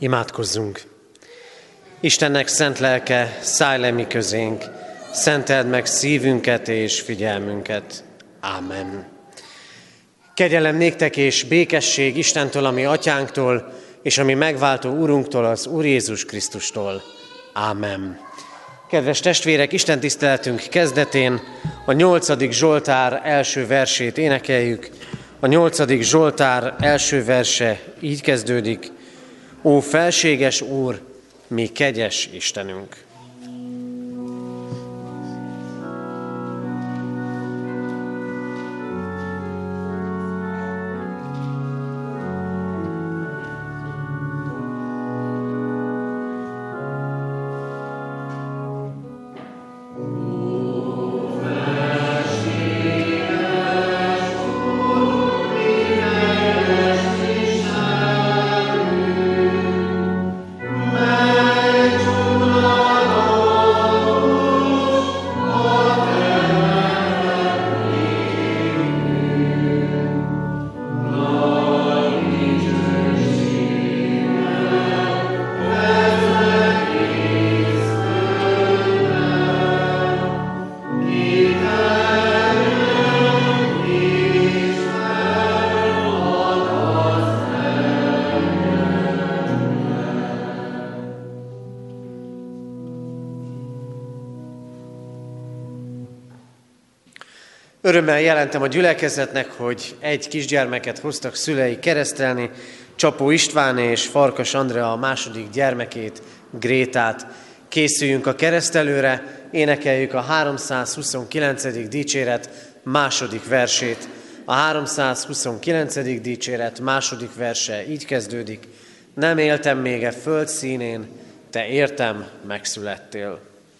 Imádkozzunk! Istennek szent lelke, szállj le mi közénk, szenteld meg szívünket és figyelmünket. Ámen. Kegyelem néktek és békesség Istentől, a mi atyánktól, és a mi megváltó Urunktól, az Úr Jézus Krisztustól. Ámen. Kedves testvérek, Isten tiszteletünk kezdetén a 8. Zsoltár első versét énekeljük. A 8. Zsoltár első verse így kezdődik: Ó felséges Úr, mi kegyes Istenünk! Örömmel jelentem a gyülekezetnek, hogy egy kisgyermeket hoztak szülei keresztelni, Csapó István és Farkas Andrea a második gyermekét, Grétát. Készüljünk a keresztelőre, énekeljük a 329. dicséret második versét. A 329. dicséret második verse így kezdődik: Nem éltem még e föld színén, te értem megszülettél.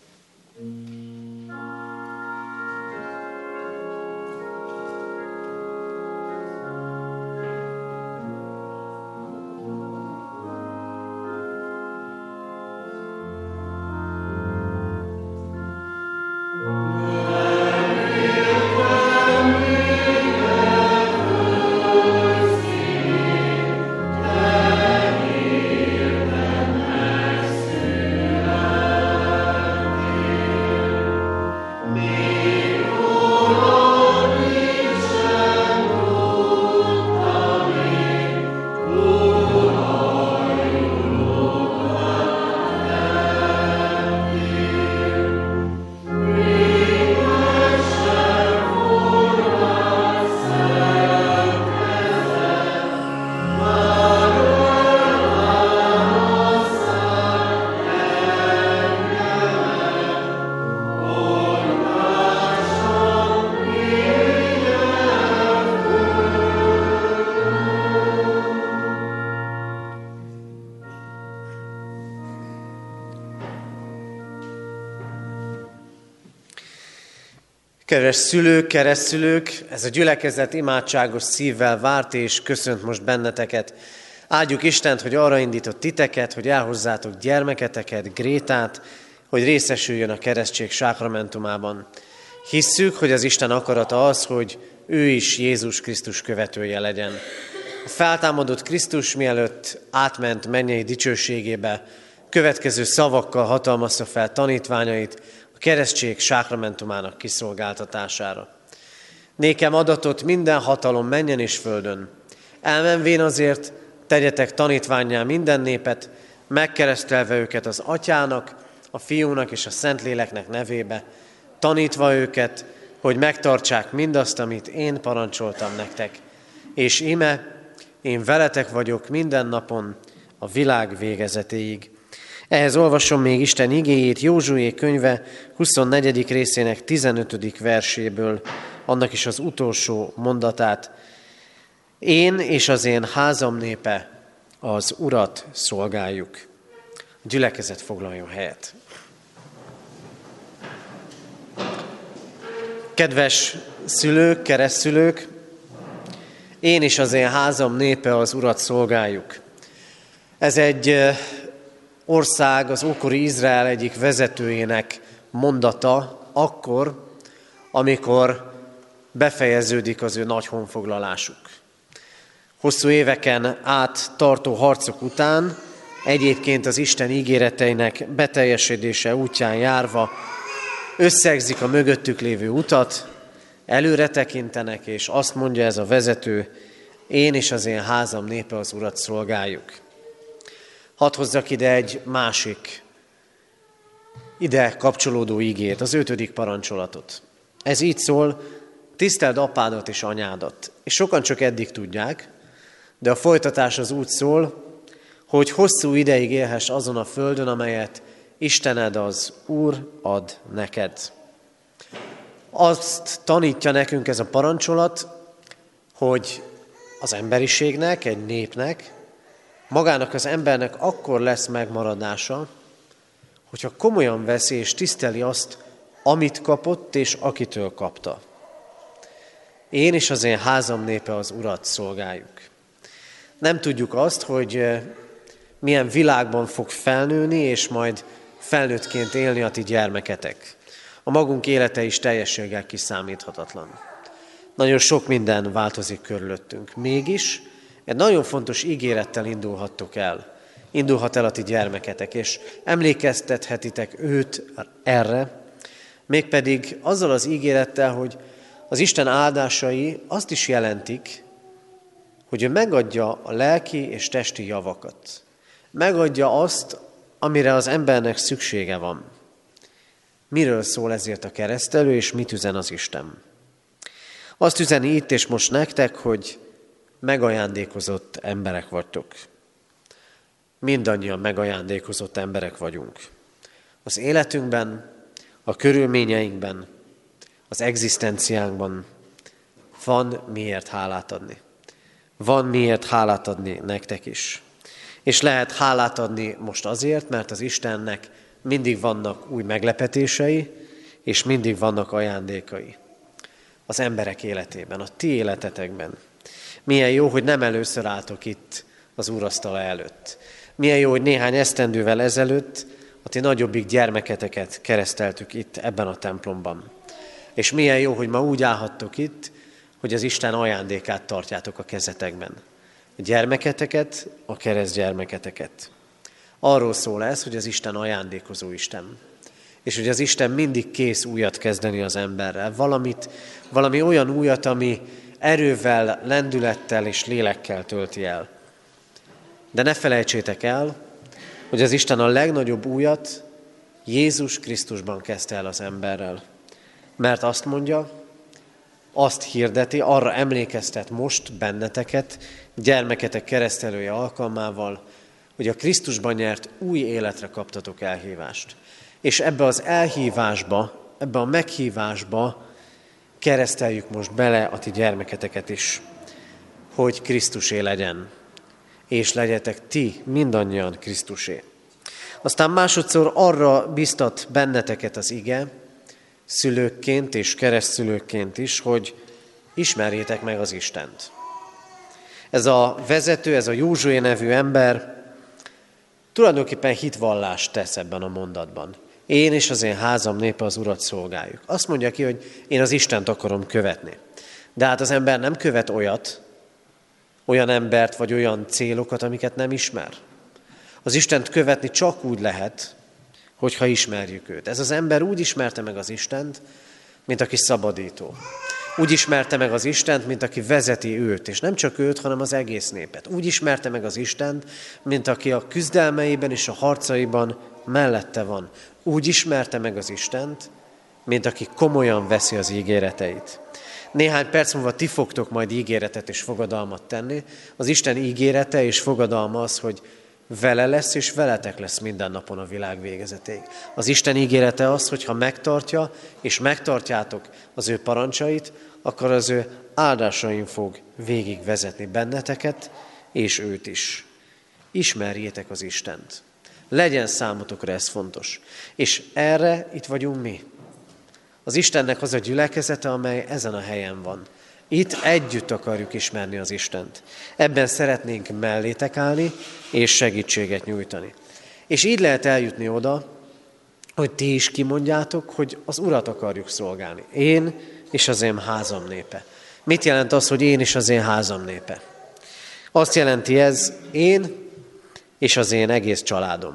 Kedves szülők, keresztszülők, ez a gyülekezet imádságos szívvel várt és köszönt most benneteket. Áldjuk Istent, hogy arra indított titeket, hogy elhozzátok gyermeketeket, Grétát, hogy részesüljön a keresztség sákramentumában. Hisszük, hogy az Isten akarata az, hogy ő is Jézus Krisztus követője legyen. A feltámadott Krisztus mielőtt átment mennyei dicsőségébe, következő szavakkal hatalmazta fel tanítványait a keresztség sákramentumának kiszolgáltatására. Nékem adatot minden hatalom mennyen és földön. Elmenvén azért tegyetek tanítvánnyá minden népet, megkeresztelve őket az Atyának, a Fiúnak és a Szentléleknek nevébe, tanítva őket, hogy megtartsák mindazt, amit én parancsoltam nektek. És íme, én veletek vagyok minden napon a világ végezetéig. Ehhez olvasom még Isten igéjét Józsué könyve 24. részének 15. verséből, annak is az utolsó mondatát. Én és az én házam népe az Urat szolgáljuk. A gyülekezet foglaljon helyet. Kedves szülők, keresztszülők, én és az én házam népe az Urat szolgáljuk. Ez egy ország, az ókori Izrael egyik vezetőjének mondata akkor, amikor befejeződik az ő nagy honfoglalásuk. Hosszú éveken át tartó harcok után egyébként az Isten ígéreteinek beteljesedése útján járva összegzik a mögöttük lévő utat, előre tekintenek, és azt mondja ez a vezető, én és az én házam népe az Urat szolgáljuk. Hadd hozzak ide egy másik, ide kapcsolódó igét, az 5. parancsolatot. Ez így szól, tiszteld apádat és anyádat. És sokan csak eddig tudják, de a folytatás az úgy szól, hogy hosszú ideig élhess azon a földön, amelyet Istened az Úr ad neked. Azt tanítja nekünk ez a parancsolat, hogy az emberiségnek, egy népnek, magának az embernek akkor lesz megmaradása, hogyha komolyan veszi és tiszteli azt, amit kapott és akitől kapta. Én és az én házam népe az Urat szolgáljuk. Nem tudjuk azt, hogy milyen világban fog felnőni, és majd felnőttként élni a ti gyermeketek. A magunk élete is teljességgel kiszámíthatatlan. Nagyon sok minden változik körülöttünk. Mégis egy nagyon fontos ígérettel indulhat el a ti gyermeketek, és emlékeztethetitek őt erre, mégpedig azzal az ígérettel, hogy az Isten áldásai azt is jelentik, hogy ő megadja a lelki és testi javakat. Megadja azt, amire az embernek szüksége van. Miről szól ezért a keresztelő, és mit üzen az Isten? Azt üzeni itt és most nektek, hogy megajándékozott emberek vagytok. Mindannyian megajándékozott emberek vagyunk. Az életünkben, a körülményeinkben, az egzisztenciánkban van miért hálát adni. Van miért hálát adni nektek is. És lehet hálát adni most azért, mert az Istennek mindig vannak új meglepetései, és mindig vannak ajándékai. Az emberek életében, a ti életetekben. Milyen jó, hogy nem először álltok itt az úrasztala előtt. Milyen jó, hogy néhány esztendővel ezelőtt a ti nagyobbik gyermeketeket kereszteltük itt ebben a templomban. És milyen jó, hogy ma úgy állhattok itt, hogy az Isten ajándékát tartjátok a kezetekben. A gyermeketeket, a keresztgyermeketeket. Arról szól ez, hogy az Isten ajándékozó Isten. És hogy az Isten mindig kész újat kezdeni az emberrel. Valami olyan újat, ami erővel, lendülettel és lélekkel tölti el. De ne felejtsétek el, hogy az Isten a legnagyobb újat Jézus Krisztusban kezdte el az emberrel. Mert azt mondja, azt hirdeti, arra emlékeztet most benneteket, gyermeketek keresztelője alkalmával, hogy a Krisztusban nyert új életre kaptatok elhívást. És ebbe az elhívásba, ebbe a meghívásba kereszteljük most bele a ti gyermeketeket is, hogy Krisztusé legyen, és legyetek ti mindannyian Krisztusé. Aztán másodszor arra biztat benneteket az ige, szülőkként és keresztszülőkként is, hogy ismerjétek meg az Istent. Ez a vezető, ez a Józsué nevű ember tulajdonképpen hitvallást tesz ebben a mondatban. Én és az én házam népe az Urat szolgáljuk. Azt mondja ki, hogy én az Istent akarom követni. De hát az ember nem követ olyan embert vagy olyan célokat, amiket nem ismer. Az Istent követni csak úgy lehet, hogyha ismerjük őt. Ez az ember úgy ismerte meg az Istent, mint aki szabadító. Úgy ismerte meg az Istent, mint aki vezeti őt, és nem csak őt, hanem az egész népet. Úgy ismerte meg az Istent, mint aki a küzdelmeiben és a harcaiban mellette van. Úgy ismerte meg az Istent, mint aki komolyan veszi az ígéreteit. Néhány perc múlva ti fogtok majd ígéretet és fogadalmat tenni. Az Isten ígérete és fogadalma az, hogy vele lesz és veletek lesz minden napon a világ végezetéig. Az Isten ígérete az, hogy ha megtartja és megtartjátok az ő parancsait, akkor az ő áldásain fog végigvezetni benneteket és őt is. Ismerjétek az Istent. Legyen számotokra ez fontos. És erre itt vagyunk mi. Az Istennek az a gyülekezete, amely ezen a helyen van. Itt együtt akarjuk ismerni az Istent. Ebben szeretnénk mellétek állni és segítséget nyújtani. És így lehet eljutni oda, hogy ti is kimondjátok, hogy az Urat akarjuk szolgálni. Én és az én házam népe. Mit jelent az, hogy én és az én házam népe? Azt jelenti ez, én és az én egész családom.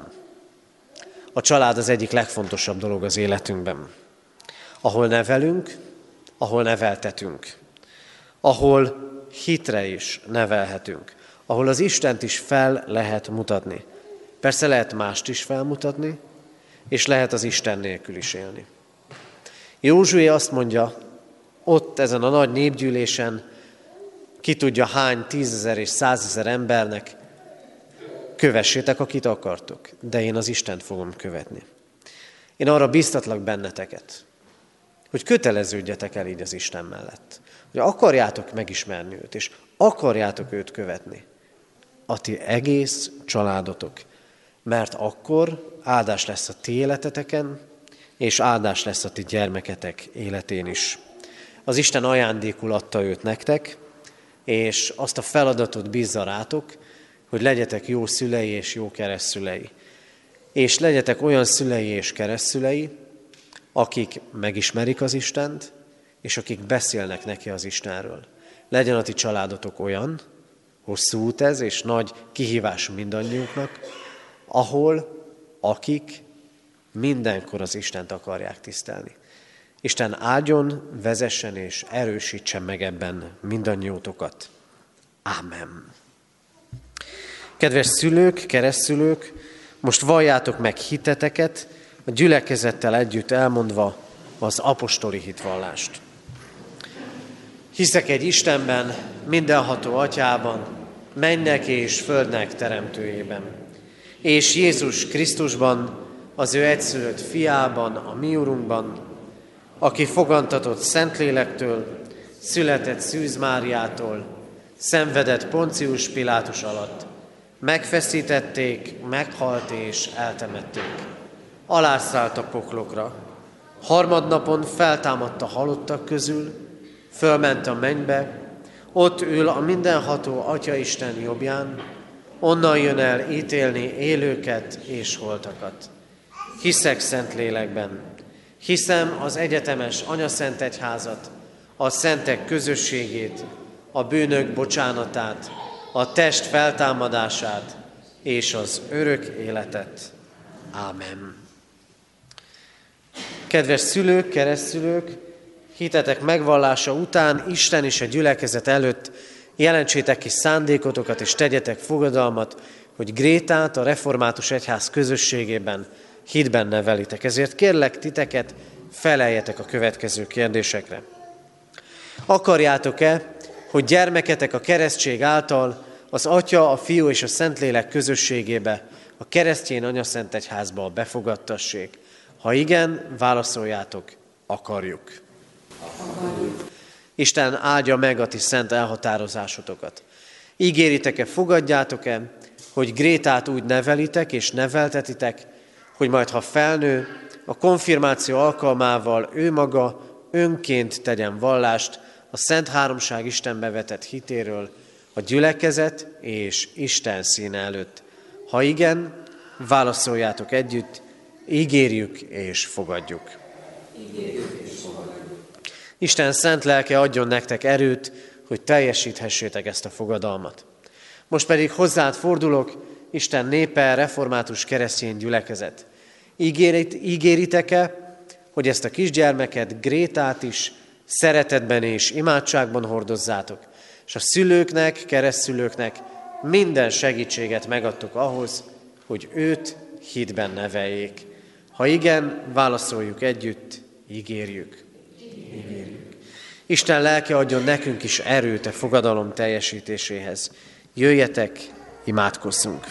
A család az egyik legfontosabb dolog az életünkben. Ahol nevelünk, ahol neveltetünk, ahol hitre is nevelhetünk, ahol az Istent is fel lehet mutatni. Persze lehet mást is felmutatni, és lehet az Isten nélkül is élni. Józsué azt mondja, ott ezen a nagy népgyűlésen, ki tudja hány 10 000 és 100 000 embernek, kövessétek, akit akartok, de én az Istent fogom követni. Én arra biztatlak benneteket, hogy köteleződjetek el így az Isten mellett, hogy akarjátok megismerni őt, és akarjátok őt követni, a ti egész családotok, mert akkor áldás lesz a ti életeteken, és áldás lesz a ti gyermeketek életén is. Az Isten ajándékul adta őt nektek, és azt a feladatot bízza rátok, hogy legyetek jó szülei és jó keresztszülei. És legyetek olyan szülei és keresztszülei, akik megismerik az Istent, és akik beszélnek neki az Istenről. Legyen a ti családotok olyan, hosszú út ez, és nagy kihívás mindannyiunknak, ahol akik mindenkor az Istent akarják tisztelni. Isten áldjon, vezessen és erősítsen meg ebben mindannyiótokat. Ámen. Kedves szülők, keresztszülők, most valljátok meg hiteteket, a gyülekezettel együtt elmondva az apostoli hitvallást. Hiszek egy Istenben, mindenható Atyában, mennek és földnek teremtőjében, és Jézus Krisztusban, az ő egyszülött fiában, a mi Urunkban, aki fogantatott Szentlélektől, született Szűz Máriától, szenvedett Poncius Pilátus alatt, megfeszítették, meghalt és eltemették. Alászállt a poklokra. Harmadnapon feltámadt a halottak közül, fölment a mennybe, ott ül a mindenható Atyaisten jobbján, onnan jön el ítélni élőket és holtakat. Hiszek Szentlélekben, hiszem az egyetemes Anyaszent Egyházat, a szentek közösségét, a bűnök bocsánatát, a test feltámadását és az örök életet. Ámen. Kedves szülők, keresztszülők, hitetek megvallása után Isten és a gyülekezet előtt jelentsétek ki szándékotokat és tegyetek fogadalmat, hogy Grétát a református egyház közösségében hitben nevelitek. Ezért kérlek titeket, feleljetek a következő kérdésekre. Akarjátok-e, hogy gyermeketek a keresztség által az Atya, a Fiú és a Szentlélek közösségébe, a keresztény Anyaszent Egyházba befogadtassék? Ha igen, válaszoljátok, akarjuk. Isten áldja meg a ti szent elhatározásotokat. Ígéritek-e, fogadjátok-e, hogy Grétát úgy nevelitek és neveltetitek, hogy majd, ha felnő, a konfirmáció alkalmával ő maga önként tegyen vallást a Szent Háromság Istenbe vetett hitéről a gyülekezet és Isten színe előtt. Ha igen, válaszoljátok együtt, ígérjük és fogadjuk. Isten szent lelke adjon nektek erőt, hogy teljesíthessétek ezt a fogadalmat. Most pedig hozzád fordulok, Isten népe, református keresztény gyülekezet. Ígéritek-e, hogy ezt a kisgyermeket, Grétát is szeretetben és imádságban hordozzátok, és a szülőknek, keresztszülőknek minden segítséget megadtok ahhoz, hogy őt hitben neveljék. Ha igen, válaszoljuk együtt, ígérjük. Isten lelke adjon nekünk is erőt a fogadalom teljesítéséhez. Jöjjetek, imádkozzunk!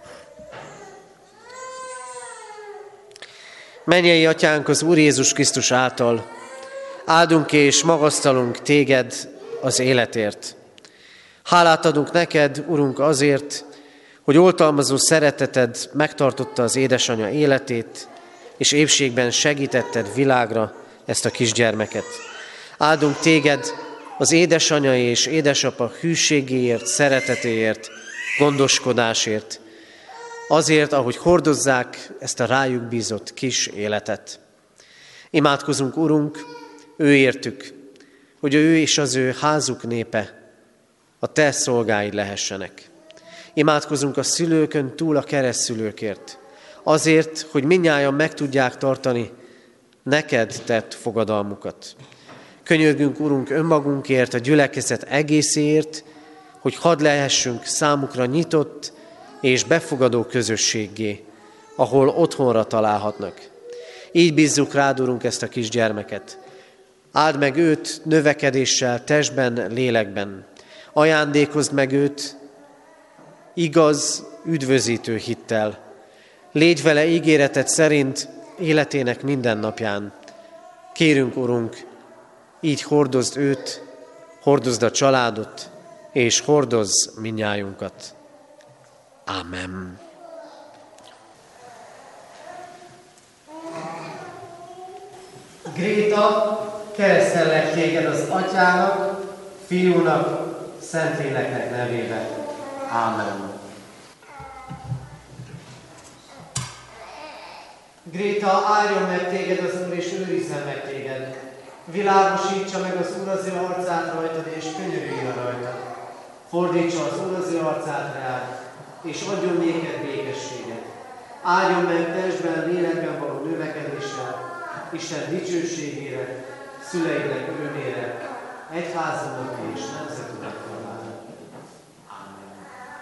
Mennyei Atyánk, az Úr Jézus Krisztus által áldunk és magasztalunk téged az életért. Hálát adunk neked, Urunk, azért, hogy oltalmazó szereteted megtartotta az édesanyja életét, és épségben segítetted világra ezt a kisgyermeket. Áldunk téged az édesanyja és édesapa hűségéért, szeretetéért, gondoskodásért, azért, ahogy hordozzák ezt a rájuk bízott kis életet. Imádkozunk, Urunk, őértük, hogy ő és az ő házuk népe a te szolgáid lehessenek. Imádkozunk a szülőkön túl a keresztszülőkért. Azért, hogy mindnyájan meg tudják tartani neked tett fogadalmukat. Könyörgünk, Urunk, önmagunkért, a gyülekezet egészéért, hogy hadd lehessünk számukra nyitott és befogadó közösséggé, ahol otthonra találhatnak. Így bízzuk rád, Urunk, ezt a kisgyermeket. Áld meg őt növekedéssel, testben, lélekben. Ajándékozd meg őt igaz, üdvözítő hittel. Légy vele ígéreted szerint életének minden napján. Kérünk, Urunk, így hordozd őt, hordozd a családot, és hordozz mindnyájunkat. Ámen. Gréta, keresztellek téged az Atyának, Fiúnak, Szentléleknek nevébe. Ámen. Gréta, áldjon meg téged az Úr, és őrizzen meg téged. Világosítsa meg az Úr az ő arcát rajtad, és könyörüljön rajtad. Fordítsa az Úr az ő arcát rád, és adjon néked békességet. Áldjon meg testben, lélekben való növekedéssel, Isten dicsőségére, szüleidnek örömére, egyházunknak és nemzetünknek javára. Ámen.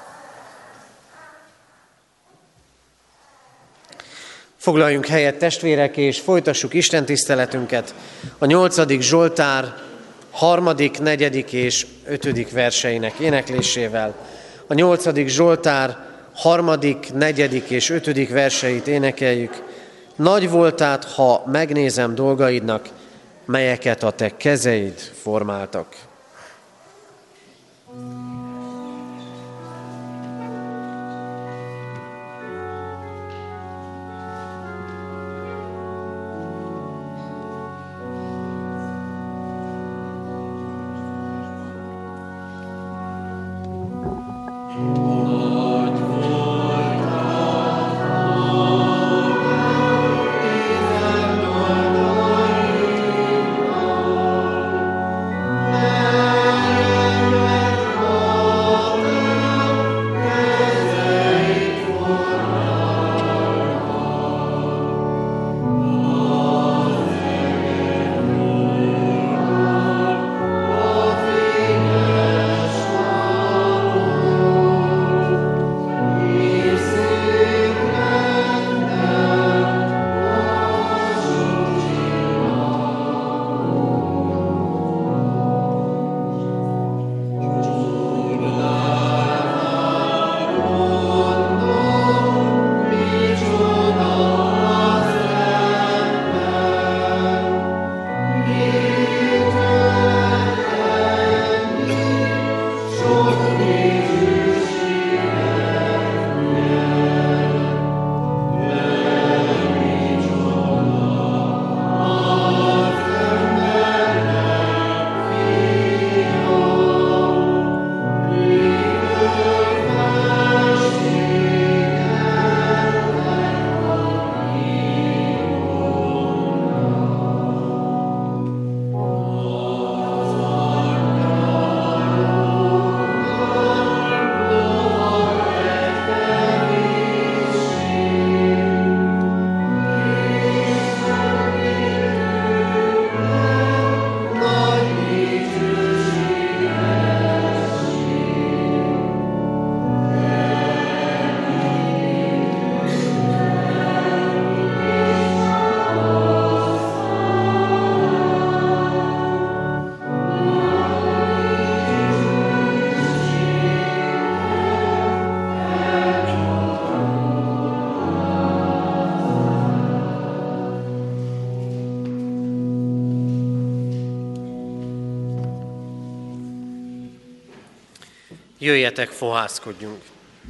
Foglaljunk helyet, testvérek, és folytassuk Isten tiszteletünket a 8. Zsoltár 3., 4. és 5. verseinek éneklésével. A 8. Zsoltár 3., 4. és 5. verseit énekeljük. Nagy voltát, ha megnézem dolgaidnak, melyeket a te kezeid formáltak. Jöjjetek, fohászkodjunk!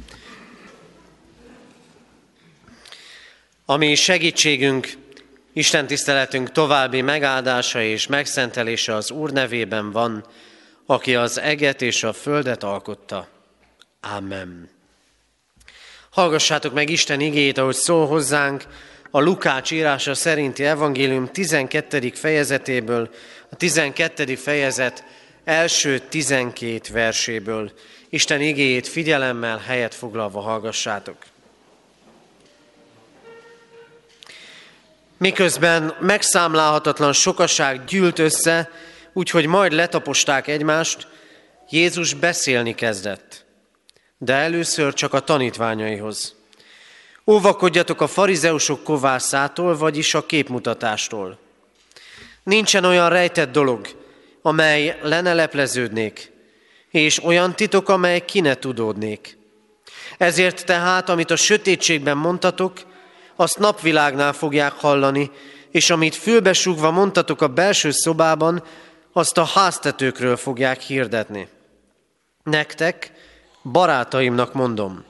Ami segítségünk, Isten tiszteletünk további megáldása és megszentelése az Úr nevében van, aki az eget és a földet alkotta. Amen. Hallgassátok meg Isten igéjét, ahogy szól hozzánk a Lukács írása szerinti evangélium 12. fejezetéből, a 12. fejezet első 12 verséből. Isten igéjét figyelemmel, helyet foglalva hallgassátok. Miközben megszámlálhatatlan sokaság gyűlt össze, úgyhogy majd letaposták egymást, Jézus beszélni kezdett, de először csak a tanítványaihoz. Óvakodjatok a farizeusok kovászától, vagyis a képmutatástól. Nincsen olyan rejtett dolog, amely le ne lepleződnék, és olyan titok, amely ki ne tudódnék. Ezért tehát, amit a sötétségben mondtatok, azt napvilágnál fogják hallani, és amit fülbesúgva mondtatok a belső szobában, azt a háztetőkről fogják hirdetni. Nektek, barátaimnak mondom,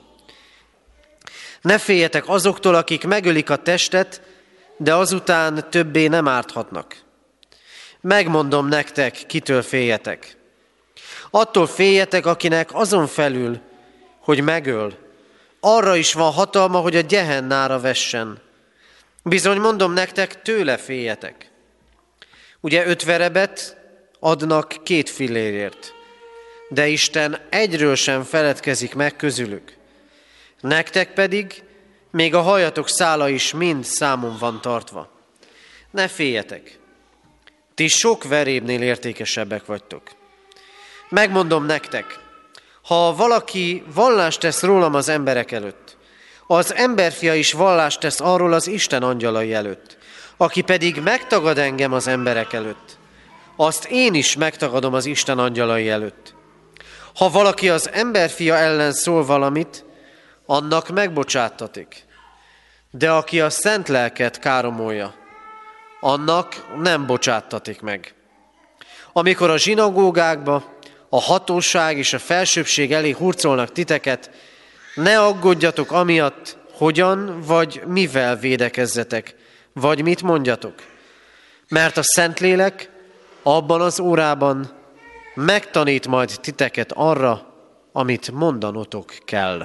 ne féljetek azoktól, akik megölik a testet, de azután többé nem árthatnak. Megmondom nektek, kitől féljetek. Attól féljetek, akinek azon felül, hogy megöl, arra is van hatalma, hogy a Gehennára vessen. Bizony mondom nektek, tőle féljetek. Ugye 5 verebet adnak 2 fillérért, de Isten egyről sem feledkezik meg közülük. Nektek pedig még a hajatok szála is mind számon van tartva. Ne féljetek, ti sok verébnél értékesebbek vagytok. Megmondom nektek, ha valaki vallást tesz rólam az emberek előtt, az emberfia is vallást tesz arról az Isten angyalai előtt. Aki pedig megtagad engem az emberek előtt, azt én is megtagadom az Isten angyalai előtt. Ha valaki az emberfia ellen szól valamit, annak megbocsáttatik. De aki a szent lelket káromolja, annak nem bocsáttatik meg. Amikor a zsinagógákba, a hatóság és a felsőbbség elé hurcolnak titeket, ne aggódjatok amiatt, hogyan vagy mivel védekezzetek, vagy mit mondjatok. Mert a Szentlélek abban az órában megtanít majd titeket arra, amit mondanotok kell.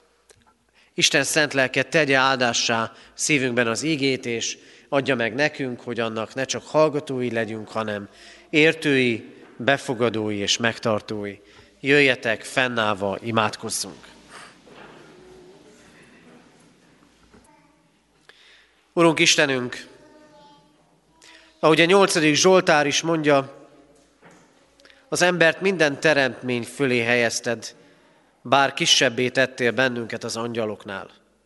Isten szent lelke tegye áldássá szívünkben az igét, és adja meg nekünk, hogy annak ne csak hallgatói legyünk, hanem értői, befogadói és megtartói. Jöjjetek, fennállva imádkozzunk. Urunk Istenünk, ahogy a 8. Zsoltár is mondja, az embert minden teremtmény fölé helyezted, bár kisebbé tettél bennünket az angyaloknál.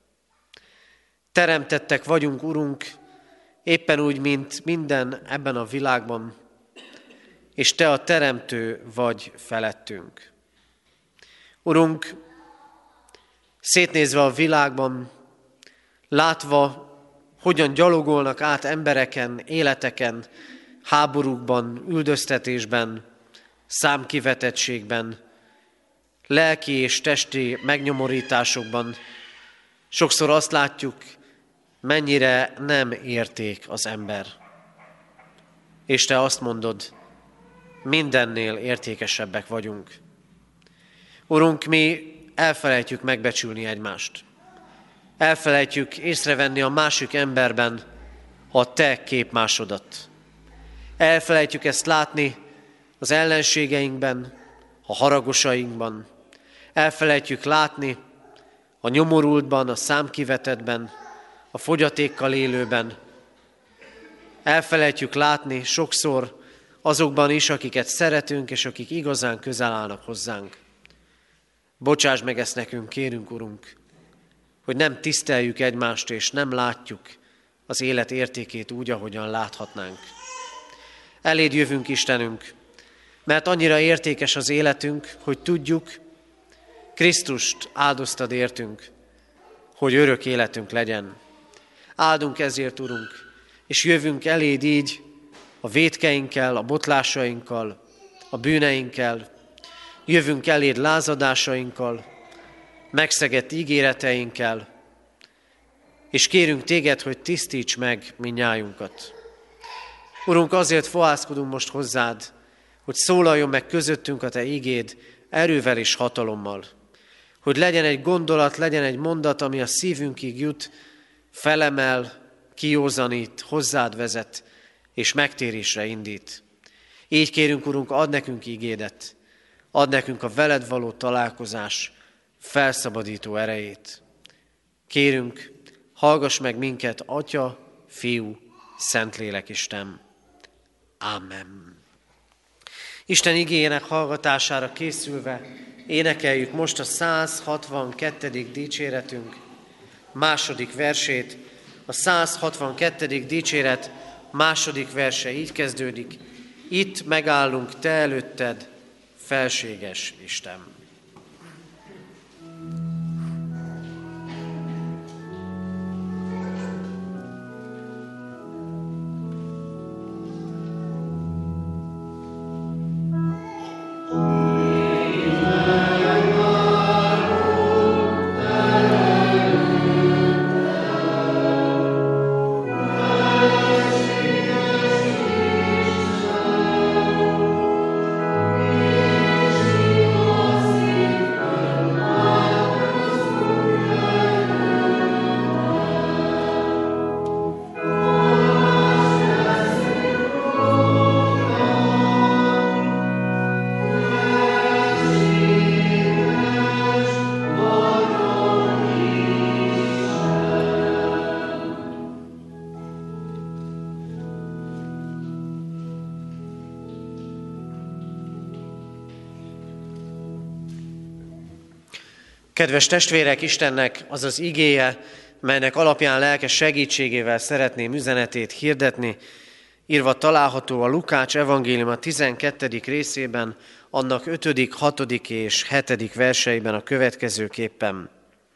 Teremtettek vagyunk, Urunk, éppen úgy, mint minden ebben a világban, és Te a teremtő vagy felettünk. Urunk, szétnézve a világban, látva, hogyan gyalogolnak át embereken, életeken, háborúkban, üldöztetésben, számkivetettségben, lelki és testi megnyomorításokban, sokszor azt látjuk, mennyire nem érték az ember. És Te azt mondod, mindennél értékesebbek vagyunk. Urunk, mi elfelejtjük megbecsülni egymást. Elfelejtjük észrevenni a másik emberben a Te képmásodat. Elfelejtjük ezt látni az ellenségeinkben, a haragosainkban. Elfelejtjük látni a nyomorultban, a számkivetettben, a fogyatékkal élőben. Elfelejtjük látni sokszor azokban is, akiket szeretünk, és akik igazán közel állnak hozzánk. Bocsáss meg ezt nekünk, kérünk, Urunk, hogy nem tiszteljük egymást, és nem látjuk az élet értékét úgy, ahogyan láthatnánk. Eléd jövünk, Istenünk, mert annyira értékes az életünk, hogy tudjuk, Krisztust áldoztad értünk, hogy örök életünk legyen. Áldunk ezért, Urunk, és jövünk eléd így a vétkeinkkel, a botlásainkkal, a bűneinkkel, jövünk eléd lázadásainkkal, megszegett ígéreteinkkel, és kérünk téged, hogy tisztíts meg mindnyájunkat. Urunk, azért fohászkodunk most hozzád, hogy szólaljon meg közöttünk a te ígéd erővel és hatalommal. Hogy legyen egy gondolat, legyen egy mondat, ami a szívünkig jut, felemel, kiózanít, hozzád vezet, és megtérésre indít. Így kérünk, Urunk, add nekünk igédet, add nekünk a veled való találkozás felszabadító erejét. Kérünk, hallgass meg minket, Atya, Fiú, Szentlélek Isten. Amen. Isten igéjének hallgatására készülve énekeljük most a 162. dicséretünk második versét. A 162. dicséret második verse így kezdődik: Itt megállunk te előtted, felséges Isten. Kedves testvérek, Istennek az az igéje, melynek alapján lelkes segítségével szeretném üzenetét hirdetni, írva található a Lukács evangéliuma 12. részében, annak 5., 6. és 7. verseiben a következőképpen.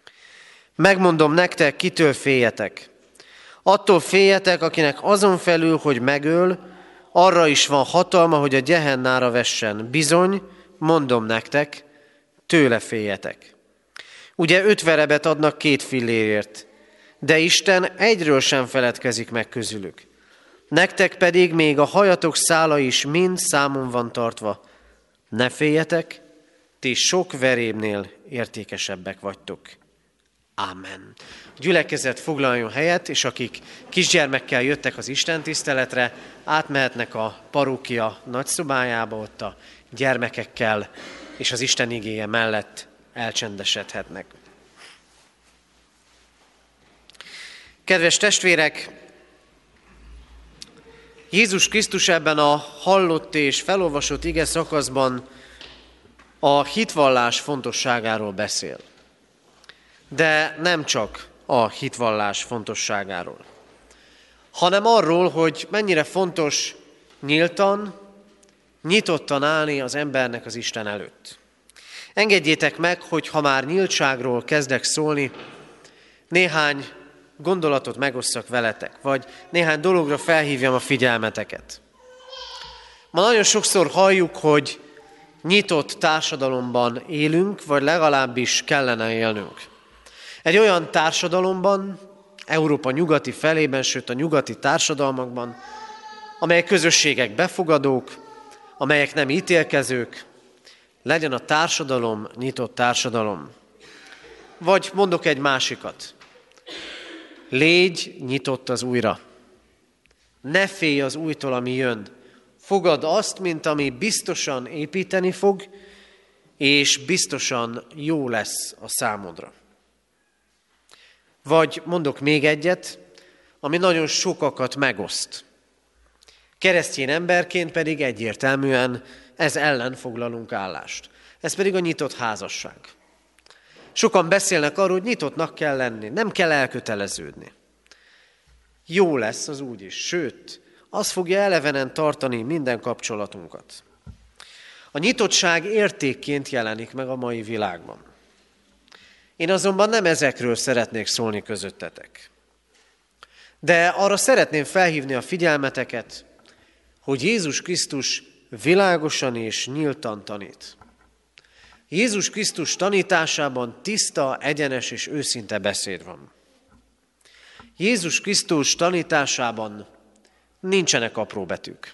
Megmondom nektek, kitől féljetek. Attól féljetek, akinek azon felül, hogy megöl, arra is van hatalma, hogy a Gehennára vessen. Bizony, mondom nektek, tőle féljetek. Ugye 5 verebet adnak 2 fillérért, de Isten egyről sem feledkezik meg közülük. Nektek pedig még a hajatok szála is mind számon van tartva. Ne féljetek, ti sok verébnél értékesebbek vagytok. Ámen. A gyülekezet foglaljon helyet, és akik kisgyermekkel jöttek az istentiszteletre, átmehetnek a parókia nagyszobájába, ott a gyermekekkel és az Isten igéje mellett elcsendesedhetnek. Kedves testvérek, Jézus Krisztus ebben a hallott és felolvasott ige szakaszban a hitvallás fontosságáról beszél. De nem csak a hitvallás fontosságáról, hanem arról, hogy mennyire fontos nyíltan, nyitottan állni az embernek az Isten előtt. Engedjétek meg, hogy ha már nyíltságról kezdek szólni, néhány gondolatot megosszak veletek, vagy néhány dologra felhívjam a figyelmeteket. Ma nagyon sokszor halljuk, hogy nyitott társadalomban élünk, vagy legalábbis kellene élnünk. Egy olyan társadalomban, Európa nyugati felében, sőt a nyugati társadalmakban, amelyek közösségek befogadók, amelyek nem ítélkezők, legyen a társadalom nyitott társadalom. Vagy mondok egy másikat. Légy nyitott az újra. Ne félj az újtól, ami jön. Fogad azt, mint ami biztosan építeni fog, és biztosan jó lesz a számodra. Vagy mondok még egyet, ami nagyon sokakat megoszt. Keresztény emberként pedig egyértelműen ez ellen foglalunk állást. Ez pedig a nyitott házasság. Sokan beszélnek arról, hogy nyitottnak kell lenni, nem kell elköteleződni. Jó lesz az úgyis, sőt, az fogja elevenen tartani minden kapcsolatunkat. A nyitottság értékként jelenik meg a mai világban. Én azonban nem ezekről szeretnék szólni közöttetek. De arra szeretném felhívni a figyelmeteket, hogy Jézus Krisztus világosan és nyíltan tanít. Jézus Krisztus tanításában tiszta, egyenes és őszinte beszéd van. Jézus Krisztus tanításában nincsenek apró betűk.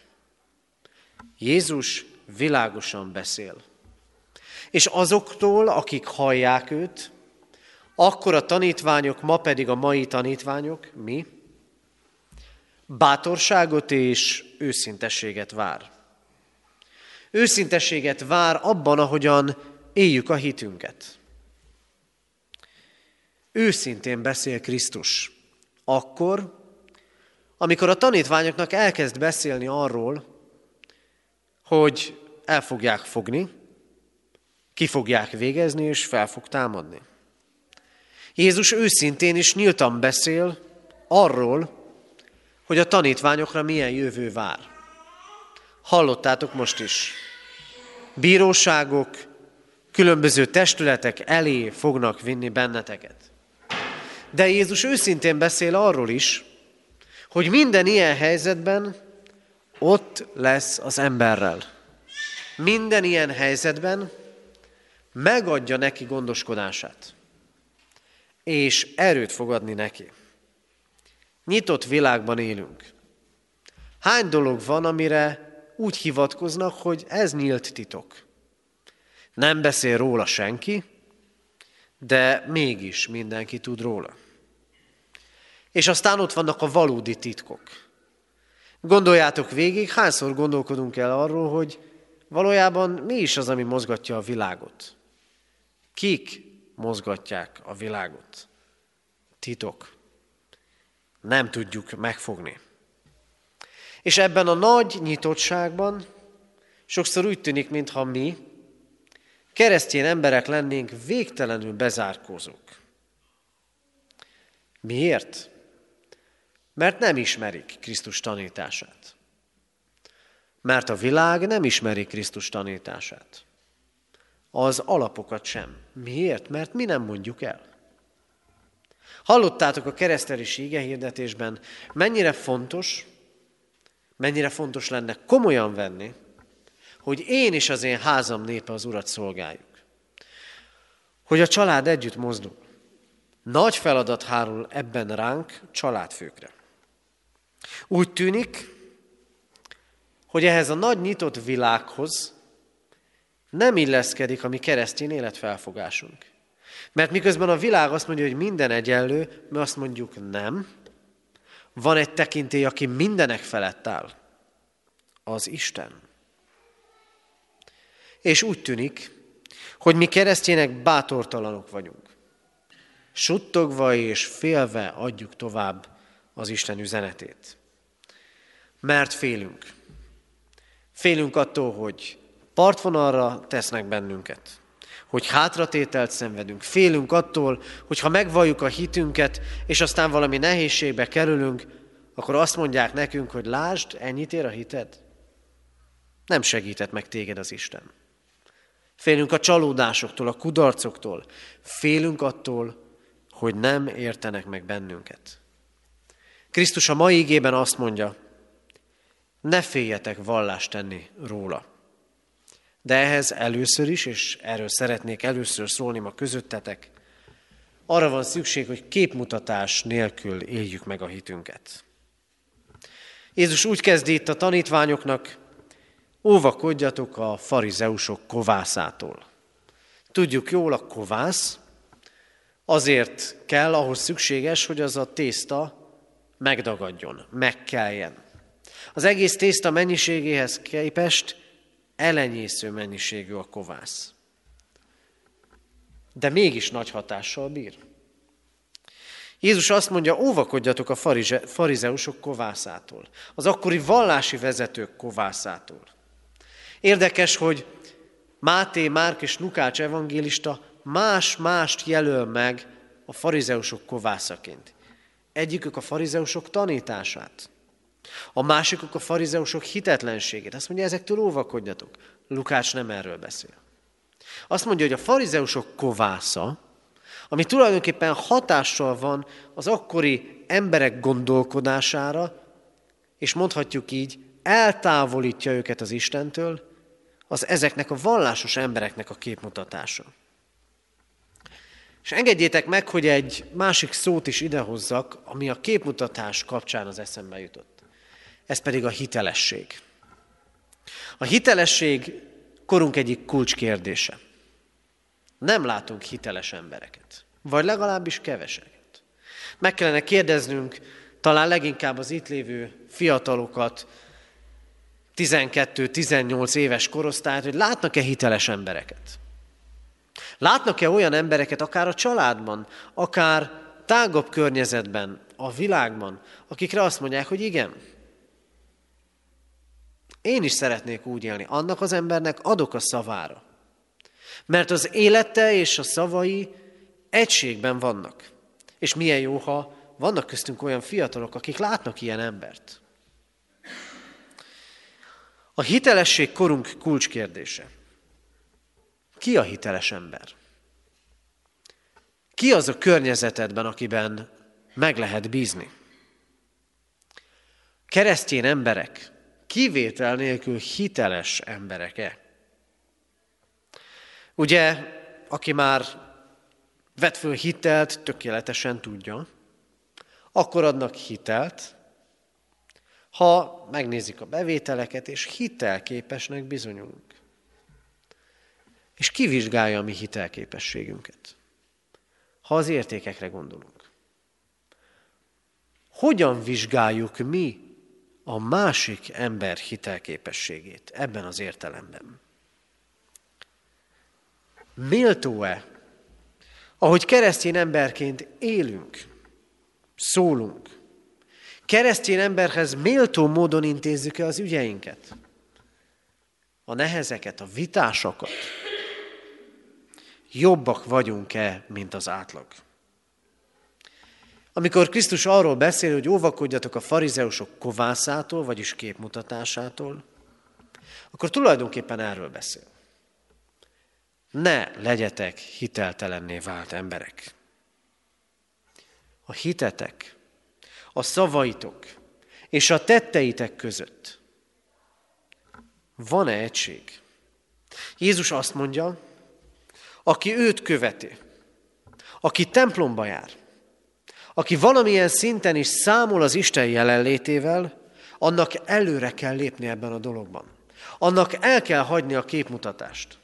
Jézus világosan beszél. És azoktól, akik hallják őt, akkor a tanítványok, ma pedig a mai tanítványok, mi? Bátorságot és őszintességet vár. Őszintességet vár abban, ahogyan éljük a hitünket. Őszintén beszél Krisztus akkor, amikor a tanítványoknak elkezd beszélni arról, hogy el fogják fogni, ki fogják végezni, és fel fog támadni. Jézus őszintén és nyíltan beszél arról, hogy a tanítványokra milyen jövő vár. Hallottátok most is. Bíróságok, különböző testületek elé fognak vinni benneteket. De Jézus őszintén beszél arról is, hogy minden ilyen helyzetben ott lesz az emberrel. Minden ilyen helyzetben megadja neki gondoskodását, és erőt fog adni neki. Nyitott világban élünk. Hány dolog van, amire úgy hivatkoznak, hogy ez nyílt titok. Nem beszél róla senki, de mégis mindenki tud róla. És aztán ott vannak a valódi titkok. Gondoljátok végig, hányszor gondolkodunk el arról, hogy valójában mi is az, ami mozgatja a világot. Kik mozgatják a világot? Titok. Nem tudjuk megfogni. És ebben a nagy nyitottságban sokszor úgy tűnik, mintha mi, keresztény emberek lennénk végtelenül bezárkózók. Miért? Mert nem ismerik Krisztus tanítását. Mert a világ nem ismeri Krisztus tanítását. Az alapokat sem. Miért? Mert mi nem mondjuk el. Hallottátok a keresztelési igehirdetésben, mennyire fontos lenne komolyan venni, hogy én és az én házam népe az Urat szolgáljuk. Hogy a család együtt mozdul. Nagy feladat hárul ebben ránk, családfőkre. Úgy tűnik, hogy ehhez a nagy nyitott világhoz nem illeszkedik a mi keresztény életfelfogásunk. Mert miközben a világ azt mondja, hogy minden egyenlő, mi azt mondjuk nem. Van egy tekintély, aki mindenek felett áll. Az Isten. És úgy tűnik, hogy mi keresztjének bátortalanok vagyunk. Suttogva és félve adjuk tovább az Isten üzenetét. Mert félünk. Félünk attól, hogy partvonalra tesznek bennünket. Hogy hátratételt szenvedünk. Félünk attól, hogy ha megvalljuk a hitünket, és aztán valami nehézségbe kerülünk, akkor azt mondják nekünk, hogy lásd, ennyit ér a hited. Nem segített meg téged az Isten. Félünk a csalódásoktól, a kudarcoktól. Félünk attól, hogy nem értenek meg bennünket. Krisztus a mai igében azt mondja, ne féljetek vallást tenni róla. De ehhez először is, és erről szeretnék először szólni ma közöttetek, arra van szükség, hogy képmutatás nélkül éljük meg a hitünket. Jézus úgy kezdi itt a tanítványoknak, óvakodjatok a farizeusok kovászától. Tudjuk jól, a kovász azért kell, ahhoz szükséges, hogy az a tészta megdagadjon, megkeljen. Az egész tészta mennyiségéhez képest elenyésző mennyiségű a kovász. De mégis nagy hatással bír. Jézus azt mondja, óvakodjatok a farizeusok kovászától, az akkori vallási vezetők kovászától. Érdekes, hogy Máté, Márk és Lukács evangélista mást jelöl meg a farizeusok kovászaként. Egyikük a farizeusok tanítását, a másikuk a farizeusok hitetlenségét. Azt mondja, ezektől óvakodjatok. Lukács nem erről beszél. Azt mondja, hogy a farizeusok kovásza, ami tulajdonképpen hatással van az akkori emberek gondolkodására, és mondhatjuk így, eltávolítja őket az Istentől, az ezeknek a vallásos embereknek a képmutatása. És engedjétek meg, hogy egy másik szót is idehozzak, ami a képmutatás kapcsán az eszembe jutott. Ez pedig a hitelesség. A hitelesség korunk egyik kulcskérdése. Nem látunk hiteles embereket, vagy legalábbis keveseket. Meg kellene kérdeznünk talán leginkább az itt lévő fiatalokat, 12-18 éves korosztályt, hogy látnak-e hiteles embereket. Látnak-e olyan embereket, akár a családban, akár tágabb környezetben, a világban, akikre azt mondják, hogy igen, én is szeretnék úgy élni. Annak az embernek adok a szavára. Mert az élete és a szavai egységben vannak. És milyen jó, ha vannak köztünk olyan fiatalok, akik látnak ilyen embert. A hitelesség korunk kulcskérdése. Ki a hiteles ember? Ki az a környezetedben, akiben meg lehet bízni? Keresztény emberek kivétel nélkül hiteles emberek-e? Ugye, aki már vett föl hitelt, tökéletesen tudja, akkor adnak hitelt, ha megnézik a bevételeket, és hitelképesnek bizonyulunk. És kivizsgálja a mi hitelképességünket, ha az értékekre gondolunk. Hogyan vizsgáljuk mi a másik ember hitelképességét ebben az értelemben? Méltó-e, ahogy keresztény emberként élünk, szólunk, keresztény emberhez méltó módon intézzük-e az ügyeinket, a nehezeket, a vitásokat? Jobbak vagyunk-e, mint az átlag? Amikor Krisztus arról beszél, hogy óvakodjatok a farizeusok kovászától, vagyis képmutatásától, akkor tulajdonképpen erről beszél. Ne legyetek hiteltelenné vált emberek. A hitetek, a szavaitok és a tetteitek között van-e egység? Jézus azt mondja, aki őt követi, aki templomba jár, aki valamilyen szinten is számol az Isten jelenlétével, annak előre kell lépni ebben a dologban. Annak el kell hagyni a képmutatást.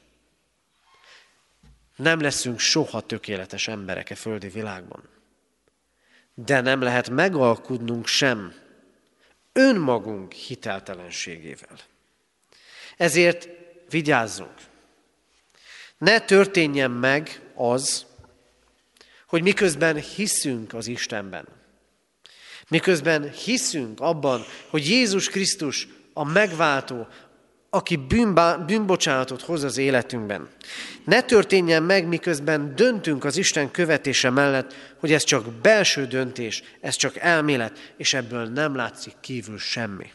Nem leszünk soha tökéletes emberek a földi világban. De nem lehet megalkudnunk sem önmagunk hiteltelenségével. Ezért vigyázzunk. Ne történjen meg az, hogy miközben hiszünk az Istenben, miközben hiszünk abban, hogy Jézus Krisztus a megváltó, aki bűnbocsánatot hoz az életünkben. Ne történjen meg, miközben döntünk az Isten követése mellett, hogy ez csak belső döntés, ez csak elmélet, és ebből nem látszik kívül semmi.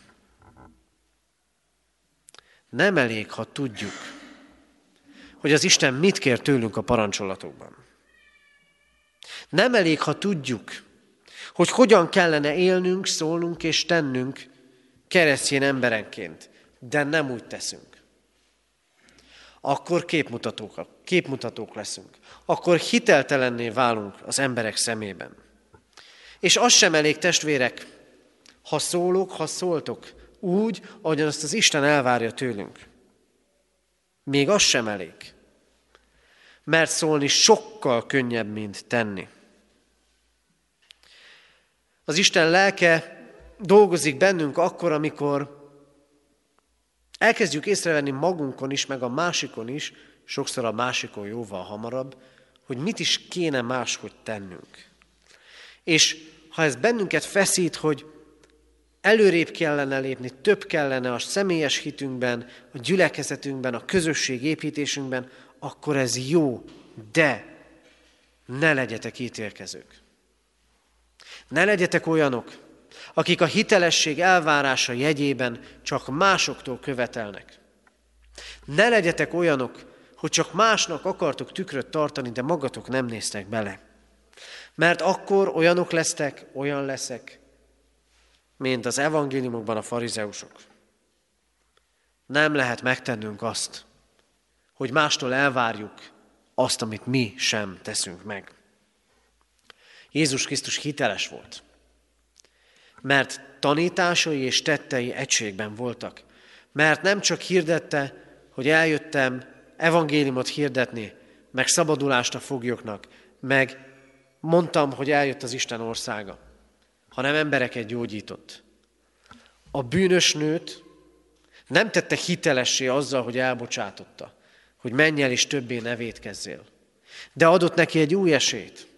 Nem elég, ha tudjuk, hogy az Isten mit kér tőlünk a parancsolatokban. Nem elég, ha tudjuk, hogy hogyan kellene élnünk, szólnunk és tennünk keresztény emberenként, de nem úgy teszünk. Akkor képmutatók leszünk. Akkor hiteltelenné válunk az emberek szemében. És az sem elég, testvérek, ha szólok, ha szóltok úgy, ahogyan azt az Isten elvárja tőlünk. Még az sem elég. Mert szólni sokkal könnyebb, mint tenni. Az Isten lelke dolgozik bennünk akkor, amikor elkezdjük észrevenni magunkon is, meg a másikon is, sokszor a másikon jóval hamarabb, hogy mit is kéne máshogy tennünk. És ha ez bennünket feszít, hogy előrébb kellene lépni, több kellene a személyes hitünkben, a gyülekezetünkben, a közösség építésünkben, akkor ez jó, de ne legyetek ítélkezők. Ne legyetek olyanok, akik a hitelesség elvárása jegyében csak másoktól követelnek. Ne legyetek olyanok, hogy csak másnak akartok tükröt tartani, de magatok nem néztek bele. Mert akkor olyanok lesztek, olyan leszek, mint az evangéliumokban a farizeusok. Nem lehet megtennünk azt, hogy mástól elvárjuk azt, amit mi sem teszünk meg. Jézus Krisztus hiteles volt, mert tanításai és tettei egységben voltak. Mert nem csak hirdette, hogy eljöttem evangéliumot hirdetni, meg szabadulást a foglyoknak, meg mondtam, hogy eljött az Isten országa, hanem embereket gyógyított. A bűnös nőt Nem tette hitelessé azzal, hogy elbocsátotta, hogy menj el és többé ne vétkezzél. De adott neki egy új esélyt.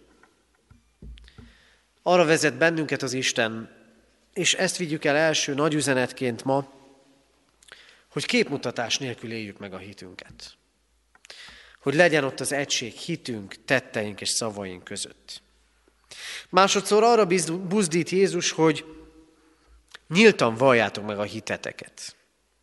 Arra vezet bennünket az Isten, és ezt vigyük el első nagy üzenetként ma, hogy képmutatás nélkül éljük meg a hitünket. Hogy legyen ott az egység hitünk, tetteink és szavaink között. Másodszor arra buzdít Jézus, hogy nyíltan valljátok meg a hiteteket.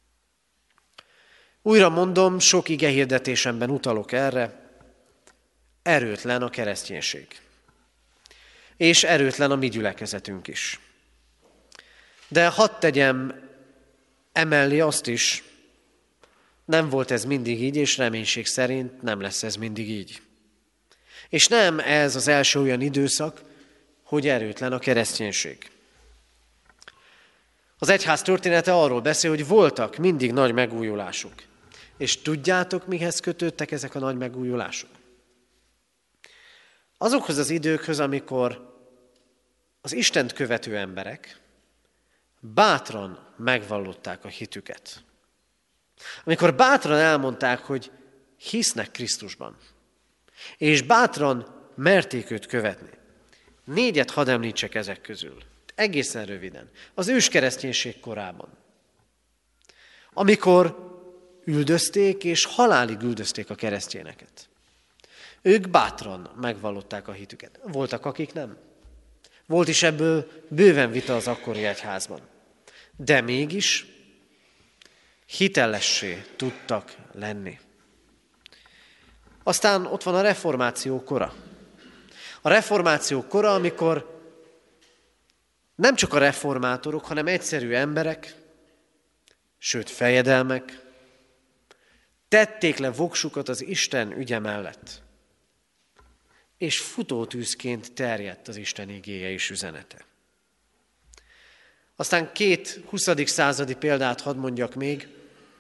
Újra mondom, sok igehirdetésemben utalok erre, erőtlen a kereszténység. És erőtlen a mi gyülekezetünk is. De hadd tegyem emellé azt is, nem volt ez mindig így, és reménység szerint nem lesz ez mindig így. És nem ez az első olyan időszak, hogy erőtlen a kereszténység. Az egyház története arról beszél, hogy voltak mindig nagy megújulások. És tudjátok, mihez kötődtek ezek a nagy megújulások? Azokhoz az időkhöz, amikor az Istent követő emberek bátran megvallották a hitüket. Amikor bátran elmondták, hogy hisznek Krisztusban, és bátran merték őt követni. 4 hadd említsek ezek közül. Egészen röviden. Az őskereszténység korában. Amikor üldözték és halálig üldözték a keresztényeket. Ők bátran megvallották a hitüket. Voltak, akik nem. Volt is ebből bőven vita az akkori egyházban. De mégis hitelessé tudtak lenni. Aztán ott van a reformáció kora. A reformáció kora, amikor nem csak a reformátorok, hanem egyszerű emberek, sőt fejedelmek, tették le voksukat az Isten ügye mellett. És futótűzként terjedt az Isten igéje és üzenete. Aztán 2 20. századi példát hadd mondjak még.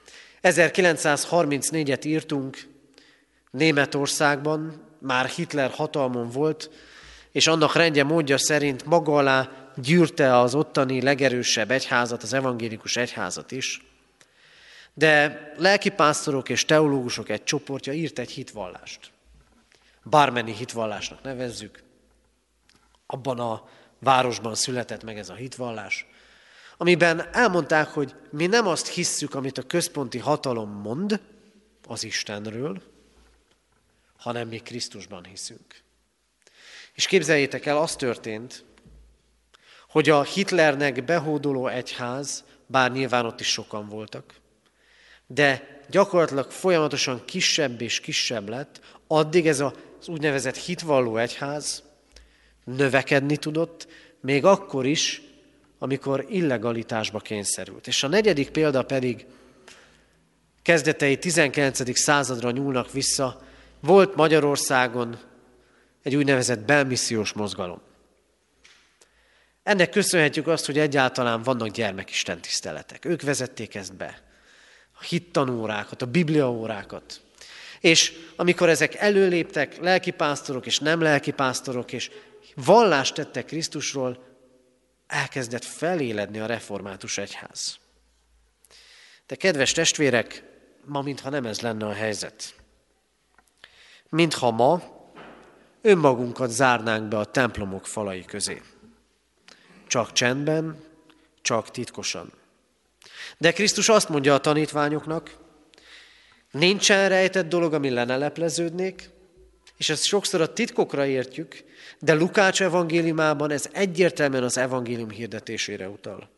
1934-et írtunk Németországban, már Hitler hatalmon volt, és annak rendje módja szerint maga alá gyűrte az ottani legerősebb egyházat, az evangélikus egyházat is. De lelkipásztorok és teológusok egy csoportja írt egy hitvallást. Bármennyi hitvallásnak nevezzük. Abban a városban született meg ez a hitvallás, amiben elmondták, hogy mi nem azt hisszük, amit a központi hatalom mond az Istenről, hanem mi Krisztusban hiszünk. És képzeljétek el, az történt, hogy a Hitlernek behódoló egyház, bár nyilván ott is sokan voltak, de gyakorlatilag folyamatosan kisebb és kisebb lett, addig ez az úgynevezett hitvalló egyház növekedni tudott, még akkor is, amikor illegalitásba kényszerült. És a 4. példa pedig kezdetei 19. századra nyúlnak vissza, volt Magyarországon egy úgynevezett belmissziós mozgalom. Ennek köszönhetjük azt, hogy egyáltalán vannak gyermekistentiszteletek. Ők vezették ezt be. A hittanórákat, a bibliaórákat. És amikor ezek előléptek, lelkipásztorok és nem lelkipásztorok, és vallást tettek Krisztusról, elkezdett feléledni a református egyház. De kedves testvérek, ma mintha nem ez lenne a helyzet. Mintha ma önmagunkat zárnánk be a templomok falai közé. Csak csendben, csak titkosan. De Krisztus azt mondja a tanítványoknak, nincsen rejtett dolog, ami le ne lepleződnék, és ezt sokszor a titkokra értjük, de Lukács evangéliumában ez egyértelműen az evangélium hirdetésére utal.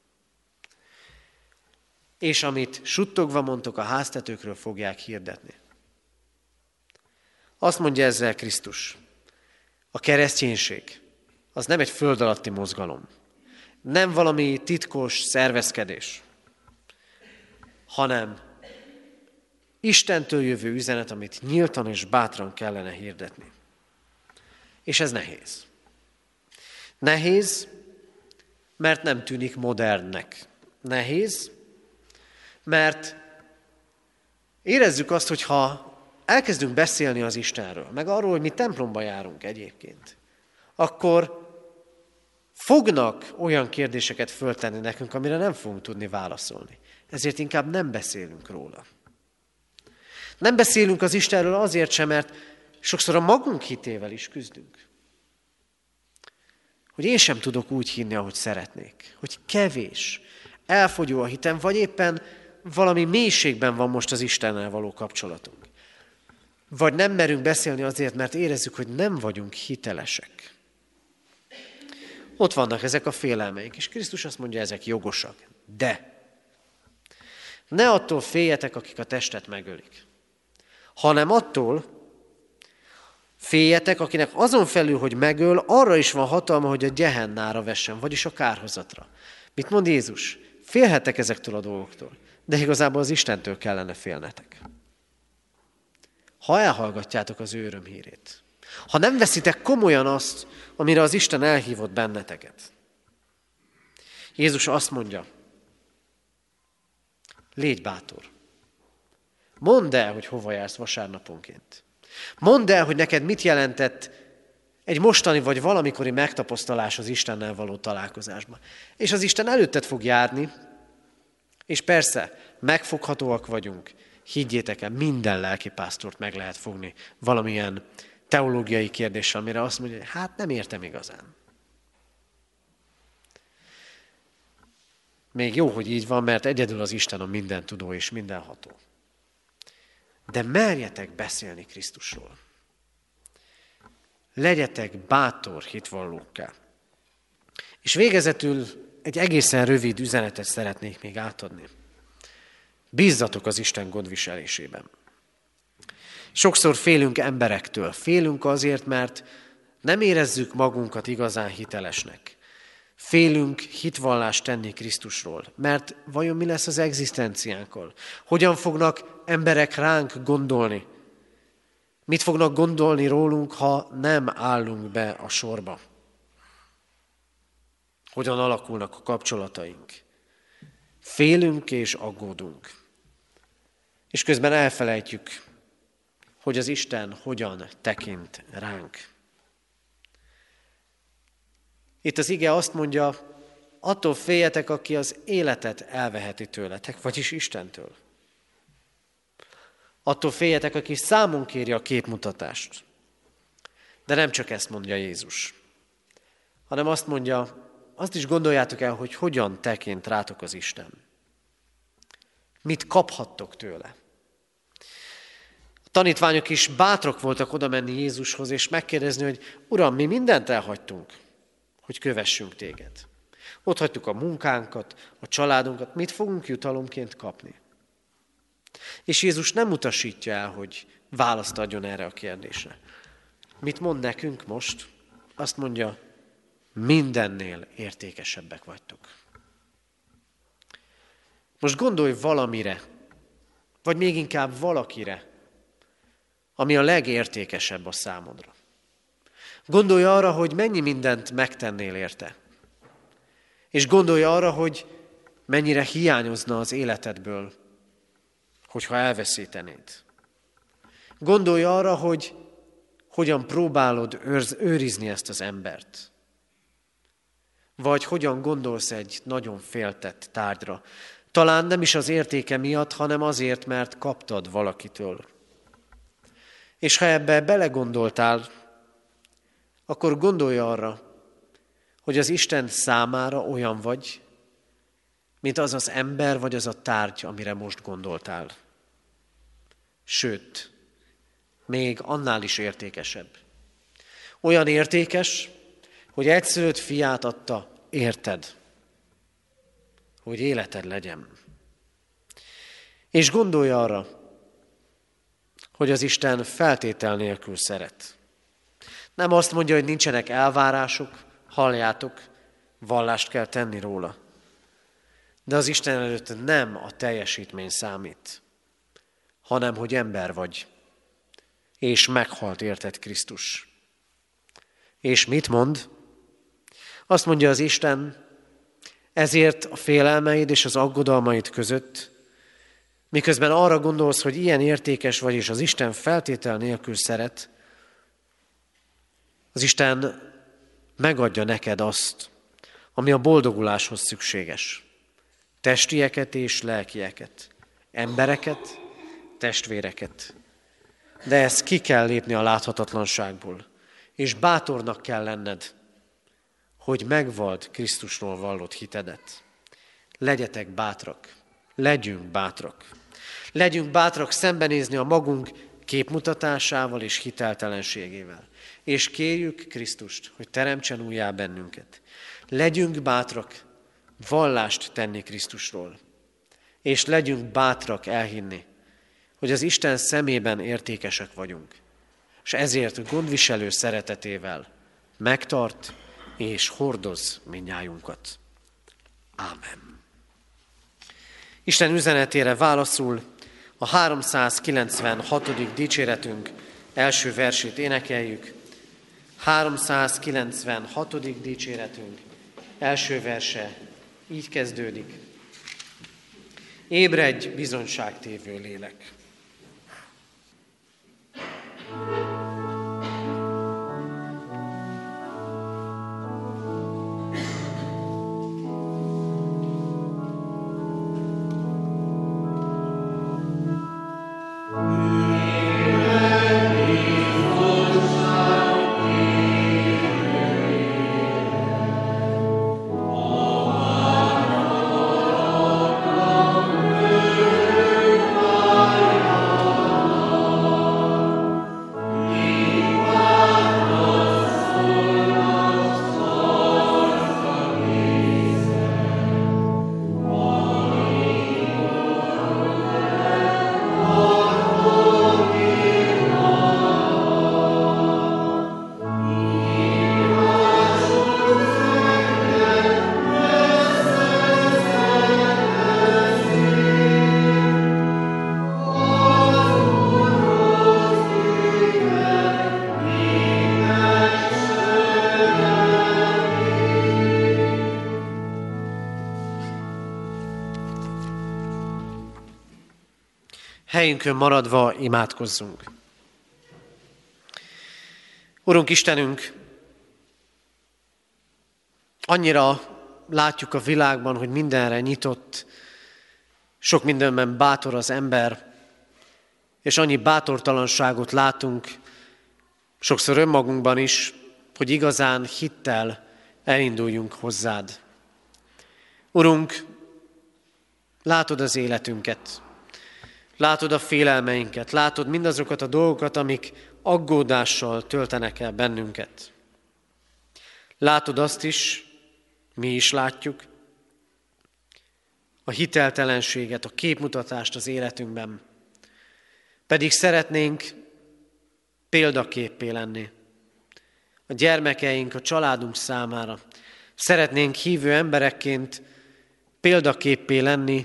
És amit suttogva mondtok, a háztetőkről fogják hirdetni. Azt mondja ezzel Krisztus, a kereszténység az nem egy föld alatti mozgalom, nem valami titkos szervezkedés, hanem Istentől jövő üzenet, amit nyíltan és bátran kellene hirdetni. És ez nehéz. Nehéz, mert nem tűnik modernnek. Nehéz, mert érezzük azt, hogyha elkezdünk beszélni az Istenről, meg arról, hogy mi templomba járunk egyébként, akkor fognak olyan kérdéseket föltenni nekünk, amire nem fogunk tudni válaszolni. ezért inkább nem beszélünk róla. Nem beszélünk az Istenről azért sem, mert sokszor a magunk hitével is küzdünk. Hogy én sem tudok úgy hinni, ahogy szeretnék. Hogy kevés, elfogyó a hitem, vagy éppen valami mélységben van most az Istennel való kapcsolatunk. Vagy nem merünk beszélni azért, mert érezzük, hogy nem vagyunk hitelesek. Ott vannak ezek a félelmeink, és Krisztus azt mondja, ezek jogosak. De ne attól féljetek, akik a testet megölik, hanem attól féljetek, akinek azon felül, hogy megöl, arra is van hatalma, hogy a Gehennára vessen, vagyis a kárhozatra. Mit mond Jézus? Félhettek ezektől a dolgoktól, de igazából az Istentől kellene félnetek. Ha elhallgatjátok az ő örömhírét, ha nem veszitek komolyan azt, amire az Isten elhívott benneteket. Jézus azt mondja, légy bátor. Mondd el, hogy hova jársz vasárnaponként. Mondd el, hogy neked mit jelentett egy mostani vagy valamikori megtapasztalás az Istennel való találkozásban. És az Isten előtted fog járni, és persze, megfoghatóak vagyunk. Higgyétek el, minden lelkipásztort meg lehet fogni valamilyen teológiai kérdéssel, amire azt mondja, hogy hát nem értem igazán. Még jó, hogy így van, mert egyedül az Isten a mindentudó és mindenható. De merjetek beszélni Krisztusról. Legyetek bátor hitvallókká. És végezetül egy egészen rövid üzenetet szeretnék még átadni. Bízzatok az Isten gondviselésében. Sokszor félünk emberektől. Félünk azért, mert nem érezzük magunkat igazán hitelesnek. Félünk hitvallást tenni Krisztusról, mert vajon mi lesz az egzisztenciánkkal? Hogyan fognak emberek ránk gondolni? Mit fognak gondolni rólunk, ha nem állunk be a sorba? Hogyan alakulnak a kapcsolataink? Félünk és aggódunk. És közben elfelejtjük, hogy az Isten hogyan tekint ránk. Itt az ige azt mondja, attól féljetek, aki az életet elveheti tőletek, vagyis Istentől. Attól féljetek, aki számon kéri a képmutatást. De nem csak ezt mondja Jézus, hanem azt mondja, azt is gondoljátok el, hogy hogyan tekint rátok az Isten. Mit kaphattok tőle. A tanítványok is bátrak voltak oda menni Jézushoz, és megkérdezni, hogy Uram, mi mindent elhagytunk, hogy kövessünk téged. Ott hagytuk a munkánkat, a családunkat, mit fogunk jutalomként kapni? És Jézus nem utasítja el, hogy választ adjon erre a kérdésre. Mit mond nekünk most? Azt mondja, mindennél értékesebbek vagytok. Most gondolj valamire, vagy még inkább valakire, ami a legértékesebb a számodra. Gondolj arra, hogy mennyi mindent megtennél érte. És gondolj arra, hogy mennyire hiányozna az életedből, hogyha elveszítenéd. Gondolj arra, hogy hogyan próbálod őrizni ezt az embert. Vagy hogyan gondolsz egy nagyon féltett tárgyra. Talán nem is az értéke miatt, hanem azért, mert kaptad valakitől. És ha ebbe belegondoltál, akkor gondolj arra, hogy az Isten számára olyan vagy, mint az az ember, vagy az a tárgy, amire most gondoltál. Sőt, még annál is értékesebb. Olyan értékes, hogy egyszülött fiát adta, érted, hogy életed legyen. És gondolj arra, hogy az Isten feltétel nélkül szeret. Nem azt mondja, hogy nincsenek elvárások, halljátok, vallást kell tenni róla. De az Isten előtt nem a teljesítmény számít, hanem hogy ember vagy, és meghalt érted Krisztus. És mit mond? Azt mondja az Isten, ezért a félelmeid és az aggodalmaid között, miközben arra gondolsz, hogy ilyen értékes vagy, és az Isten feltétel nélkül szeret, az Isten megadja neked azt, ami a boldoguláshoz szükséges. testieket és lelkieket, embereket, testvéreket. De ezt ki kell lépni a láthatatlanságból, és bátornak kell lenned, hogy megvald Krisztusról vallott hitedet. Legyetek bátrak, legyünk bátrak. Legyünk bátrak szembenézni a magunk képmutatásával és hiteltelenségével. És kérjük Krisztust, hogy teremtsen újjá bennünket. Legyünk bátrak vallást tenni Krisztusról. És legyünk bátrak elhinni, hogy az Isten szemében értékesek vagyunk. És ezért gondviselő szeretetével megtart és hordoz mindnyájunkat. Ámen. Isten üzenetére válaszul a 396. dicséretünk első versét énekeljük. 396. dicséretünk első verse így kezdődik. Ébredj, bizonyságtévő lélek! Helyünkön maradva imádkozzunk. Urunk Istenünk, annyira látjuk a világban, hogy mindenre nyitott, sok mindenben bátor az ember, és annyi bátortalanságot látunk, sokszor önmagunkban is, hogy igazán hittel elinduljunk hozzád. Urunk, látod az életünket, látod a félelmeinket, látod mindazokat a dolgokat, amik aggódással töltenek el bennünket. Látod azt is, mi is látjuk, a hiteltelenséget, a képmutatást az életünkben. Pedig szeretnénk példaképpé lenni a gyermekeink, a családunk számára. Szeretnénk hívő emberekként példaképpé lenni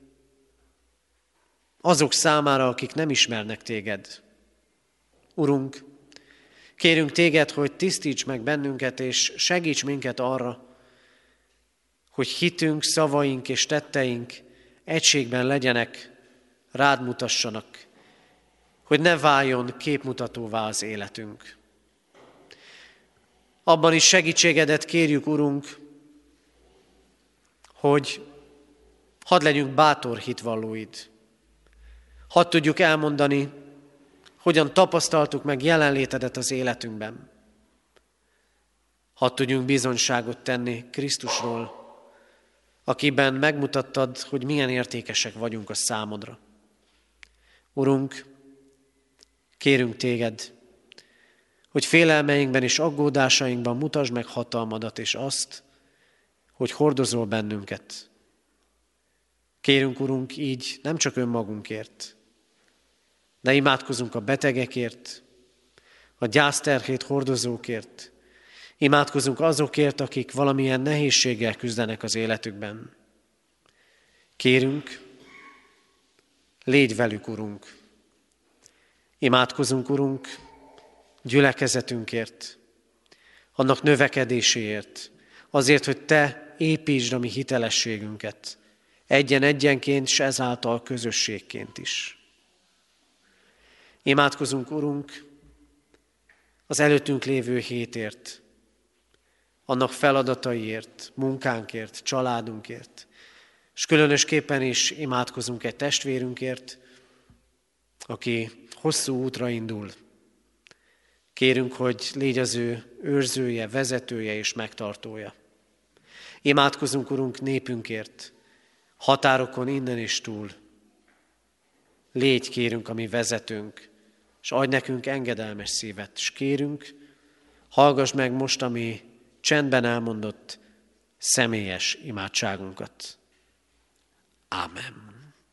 azok számára, akik nem ismernek téged. Urunk, kérünk téged, hogy tisztíts meg bennünket, és segíts minket arra, hogy hitünk, szavaink és tetteink egységben legyenek, rád mutassanak, hogy ne váljon képmutatóvá az életünk. Abban is segítségedet kérjük, Urunk, hogy hadd legyünk bátor hitvallóid. Hadd tudjuk elmondani, hogyan tapasztaltuk meg jelenlétedet az életünkben. Hadd tudjunk bizonyságot tenni Krisztusról, akiben megmutattad, hogy milyen értékesek vagyunk a számodra. Urunk, kérünk téged, hogy félelmeinkben és aggódásainkban mutasd meg hatalmadat és azt, hogy hordozol bennünket. Kérünk, Urunk, így nem csak önmagunkért, de imádkozunk a betegekért, a gyászterhét hordozókért, imádkozunk azokért, akik valamilyen nehézséggel küzdenek az életükben. Kérünk, légy velük, Urunk. Imádkozunk, Urunk, gyülekezetünkért, annak növekedéséért, azért, hogy Te építsd a mi hitelességünket, egyen-egyenként, s ezáltal közösségként is. Imádkozunk, Urunk, az előttünk lévő hétért, annak feladataiért, munkánkért, családunkért. És különösképpen is imádkozunk egy testvérünkért, aki hosszú útra indul. Kérünk, hogy légy az ő őrzője, vezetője és megtartója. Imádkozunk, Urunk, népünkért, határokon innen és túl. Légy, kérünk, a mi vezetőnk, és adj nekünk engedelmes szívet. És kérünk, hallgass meg most a mi csendben elmondott személyes imádságunkat. Ámen.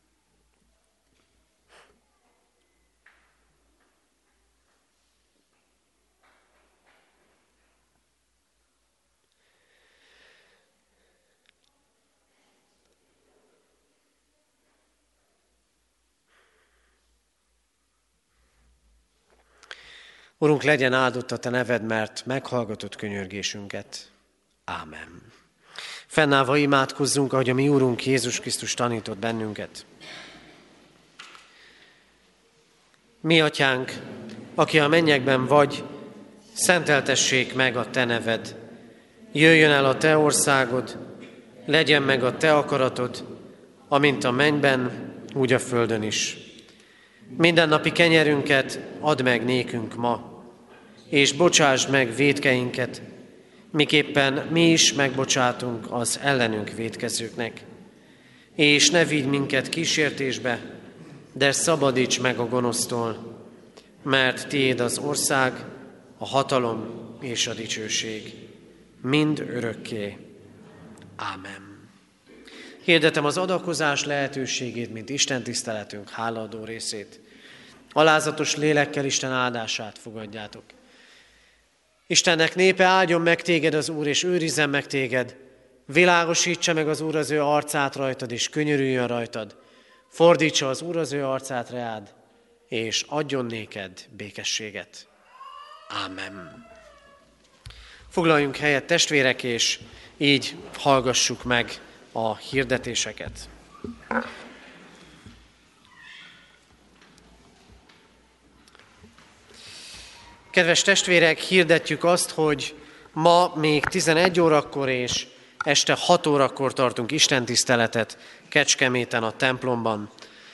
Urunk, legyen áldott a Te neved, mert meghallgatott könyörgésünket. Ámen. Fennállva imádkozzunk, ahogy a mi Úrunk Jézus Krisztus tanított bennünket. Mi, Atyánk, aki a mennyekben vagy, szenteltessék meg a Te neved. Jöjjön el a Te országod, legyen meg a Te akaratod, amint a mennyben, úgy a földön is. Mindennapi kenyerünket add meg nékünk ma, és bocsásd meg vétkeinket, miképpen mi is megbocsátunk az ellenünk vétkezőknek. És ne vigy minket kísértésbe, de szabadíts meg a gonosztól, mert tiéd az ország, a hatalom és a dicsőség, mind örökké. Ámen. Hirdetem az adakozás lehetőségét, mint Isten tiszteletünk hálaadó részét. Alázatos lélekkel Isten áldását fogadjátok. Istennek népe, áldjon meg téged az Úr, és őrizzen meg téged. Világosítsa meg az Úr az ő arcát rajtad, és könyörüljön rajtad. Fordítsa az Úr az ő arcát reád, és adjon néked békességet. Ámen. Foglaljunk helyet, testvérek, és így hallgassuk meg a hirdetéseket. Kedves testvérek, hirdetjük azt, hogy ma még 11 órakor és este 6 órakor tartunk istentiszteletet Kecskeméten a templomban.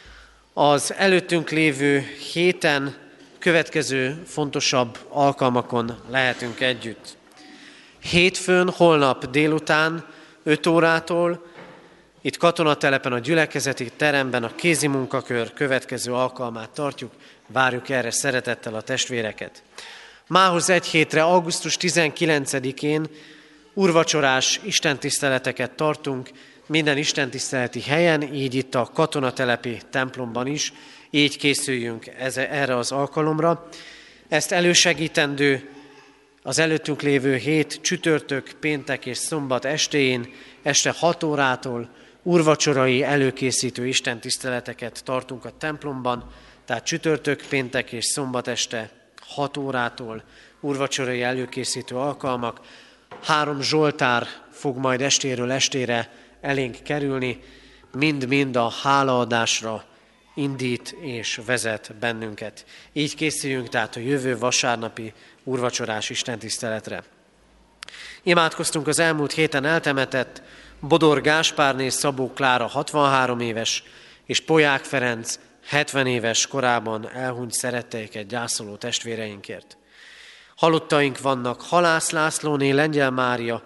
Az előttünk lévő héten következő fontosabb alkalmakon lehetünk együtt. Hétfőn, holnap délután 5 órától itt katonatelepen a gyülekezeti teremben a kézi munkakör következő alkalmát tartjuk. Várjuk erre szeretettel a testvéreket. Mához egy hétre, augusztus 19-én úrvacsorás istentiszteleteket tartunk minden istentiszteleti helyen, így itt a katonatelepi templomban is, így készüljünk erre az alkalomra. Ezt elősegítendő az előttünk lévő hét csütörtök, péntek és szombat estéjén, este 6 órától úrvacsorai előkészítő istentiszteleteket tartunk a templomban, tehát csütörtök, péntek és szombat este 6 órától úrvacsorai előkészítő alkalmak. 3 zsoltár fog majd estéről estére elénk kerülni, mind-mind a hálaadásra indít és vezet bennünket. Így készüljünk tehát a jövő vasárnapi úrvacsorás istentiszteletre. Imádkoztunk az elmúlt héten eltemetett Bodor Gáspárné Szabó Klára 63 éves, és Polyák Ferenc 70 éves korában elhunyt szeretteiket gyászoló testvéreinkért. Halottaink vannak: Halász Lászlóné Lengyel Mária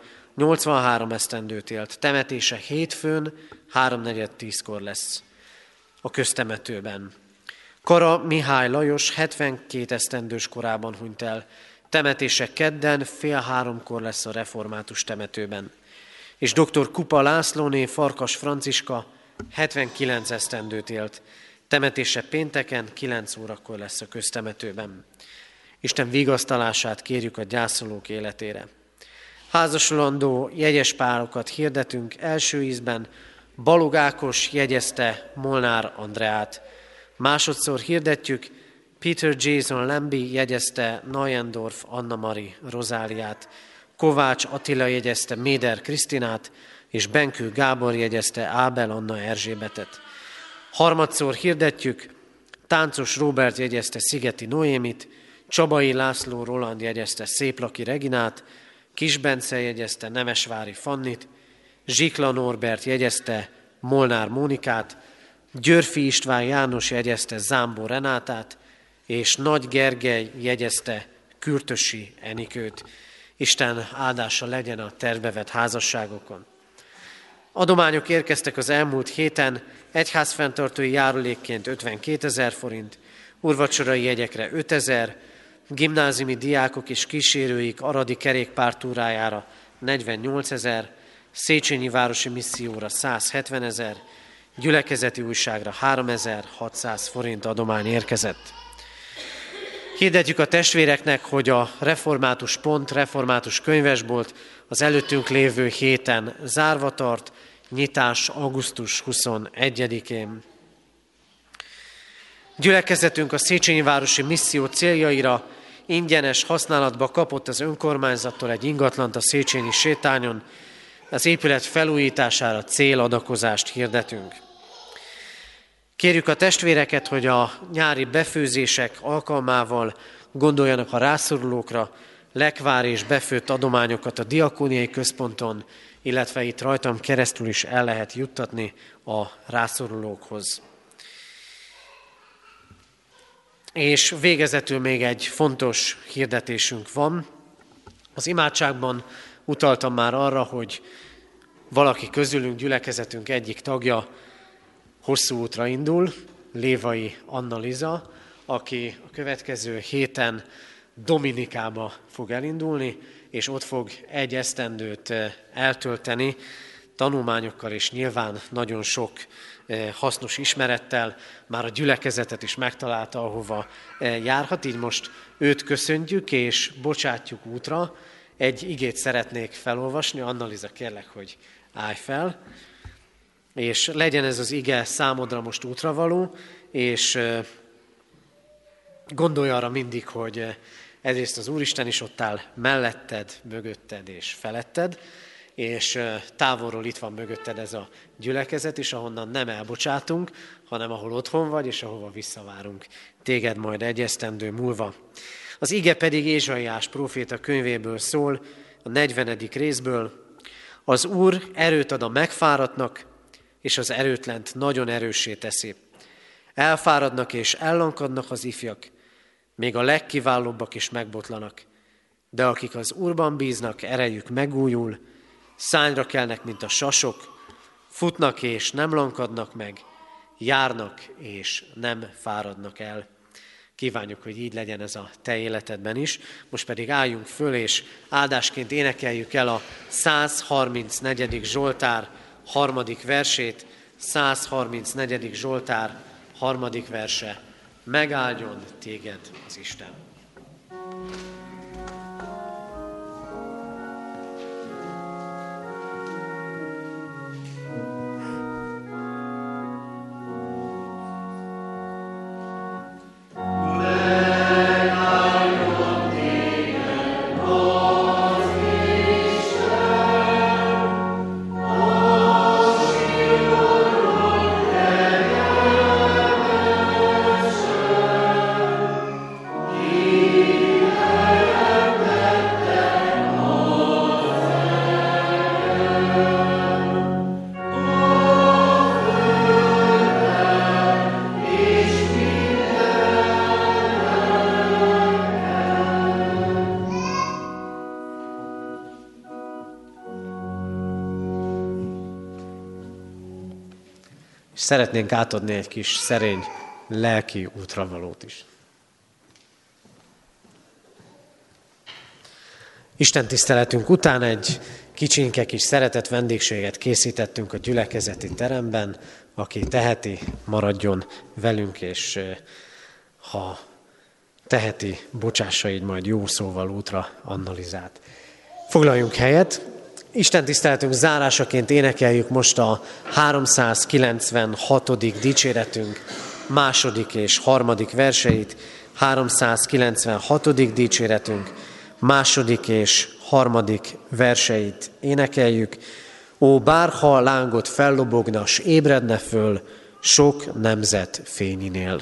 83 esztendőt élt, temetése hétfőn 3:4-10-kor lesz a köztemetőben. Kara Mihály Lajos 72 esztendős korában hunyt el, temetése kedden 2:30-kor lesz a református temetőben. És dr. Kupa Lászlóné Farkas Franciska 79 esztendőt élt, temetése pénteken 9 órakor lesz a köztemetőben. Isten vigasztalását kérjük a gyászolók életére. Házasulandó jegyes párokat hirdetünk. Első ízben Balog Ákos jegyezte Molnár Andreát. Másodszor hirdetjük, Peter Jason Lemby jegyezte Neuendorf Anna-Mari Rozáliát. Kovács Attila jegyezte Méder Krisztinát, és Benkő Gábor jegyezte Ábel Anna Erzsébetet. Harmadszor hirdetjük, Táncos Róbert jegyezte Szigeti Noémit, Csabai László Roland jegyezte Széplaki Reginát, Kis Bence jegyezte Nemesvári Fannit, Zsikla Norbert jegyezte Molnár Mónikát, Györfi István János jegyezte Zámbó Renátát, és Nagy Gergely jegyezte Kürtösi Enikőt. Isten áldása legyen a tervbe házasságokon. Adományok érkeztek az elmúlt héten, egyházfenntartói járulékként 52 000 forint, úrvacsorai jegyekre 5 000, gimnáziumi diákok és kísérőik aradi kerékpártúrájára 48 000, Széchenyi városi misszióra 170 000, gyülekezeti újságra 3600 forint adomány érkezett. Hirdetjük a testvéreknek, hogy a református könyvesbolt az előttünk lévő héten zárva tart, nyitás augusztus 21-én. Gyülekezetünk a Széchenyi városi misszió céljaira ingyenes használatba kapott az önkormányzattól egy ingatlant a Széchenyi sétányon. Az épület felújítására céladakozást hirdetünk. Kérjük a testvéreket, hogy a nyári befőzések alkalmával gondoljanak a rászorulókra, lekvár és befőtt adományokat a diakóniai központon, illetve itt rajtam keresztül is el lehet juttatni a rászorulókhoz. És végezetül még egy fontos hirdetésünk van. Az imádságban utaltam már arra, hogy valaki közülünk, gyülekezetünk egyik tagja hosszú útra indul, Lévai Anna Liza, aki a következő héten Dominikába fog elindulni, és ott fog egy esztendőt eltölteni tanulmányokkal, és nyilván nagyon sok hasznos ismerettel. Már a gyülekezetet is megtalálta, ahova járhat, így most őt köszöntjük, és bocsátjuk útra. Egy igét szeretnék felolvasni. Anna Liza, kérlek, hogy állj fel, és legyen ez az ige számodra most útravaló, és gondolj arra mindig, hogy egyrészt az Úristen is ott áll melletted, mögötted és feletted, és távolról itt van mögötted ez a gyülekezet is, ahonnan nem elbocsátunk, hanem ahol otthon vagy, és ahova visszavárunk téged majd egy esztendő múlva. Az ige pedig Ézsaiás próféta könyvéből szól, a 40. részből. Az Úr erőt ad a megfáradtnak, és az erőtlent nagyon erőssé teszi. Elfáradnak és ellankadnak az ifjak, még a legkiválóbbak is megbotlanak. De akik az Úrban bíznak, erejük megújul, szárnyra kelnek, mint a sasok, futnak és nem lankadnak meg, járnak és nem fáradnak el. Kívánjuk, hogy így legyen ez a te életedben is. Most pedig álljunk föl, és áldásként énekeljük el a 134. Zsoltár 3. versét. 134. Zsoltár 3. verse. Megáldjon téged az Isten. Szeretnénk átadni egy kis szerény lelki útravalót is. Isten tiszteletünk után egy kicsinke kis szeretett vendégséget készítettünk a gyülekezeti teremben. Aki teheti, maradjon velünk, és ha teheti, bocsássa így majd jó szóval útra Anna Lizát. Foglaljunk helyet. Isten tiszteletünk zárásaként énekeljük most a 396. dicséretünk 2. és 3. verseit. 396. dicséretünk 2. és 3. verseit énekeljük. Ó, bárha lángot fellobogna, s ébredne föl sok nemzet fényinél.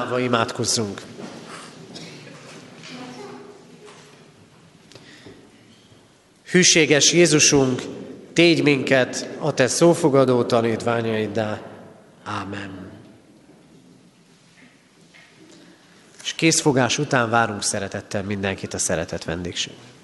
fennállva imádkozzunk. Hűséges Jézusunk, tégy minket a Te szófogadó tanítványaiddá. Ámen. És készfogás után várunk szeretettel mindenkit a szeretet vendégség.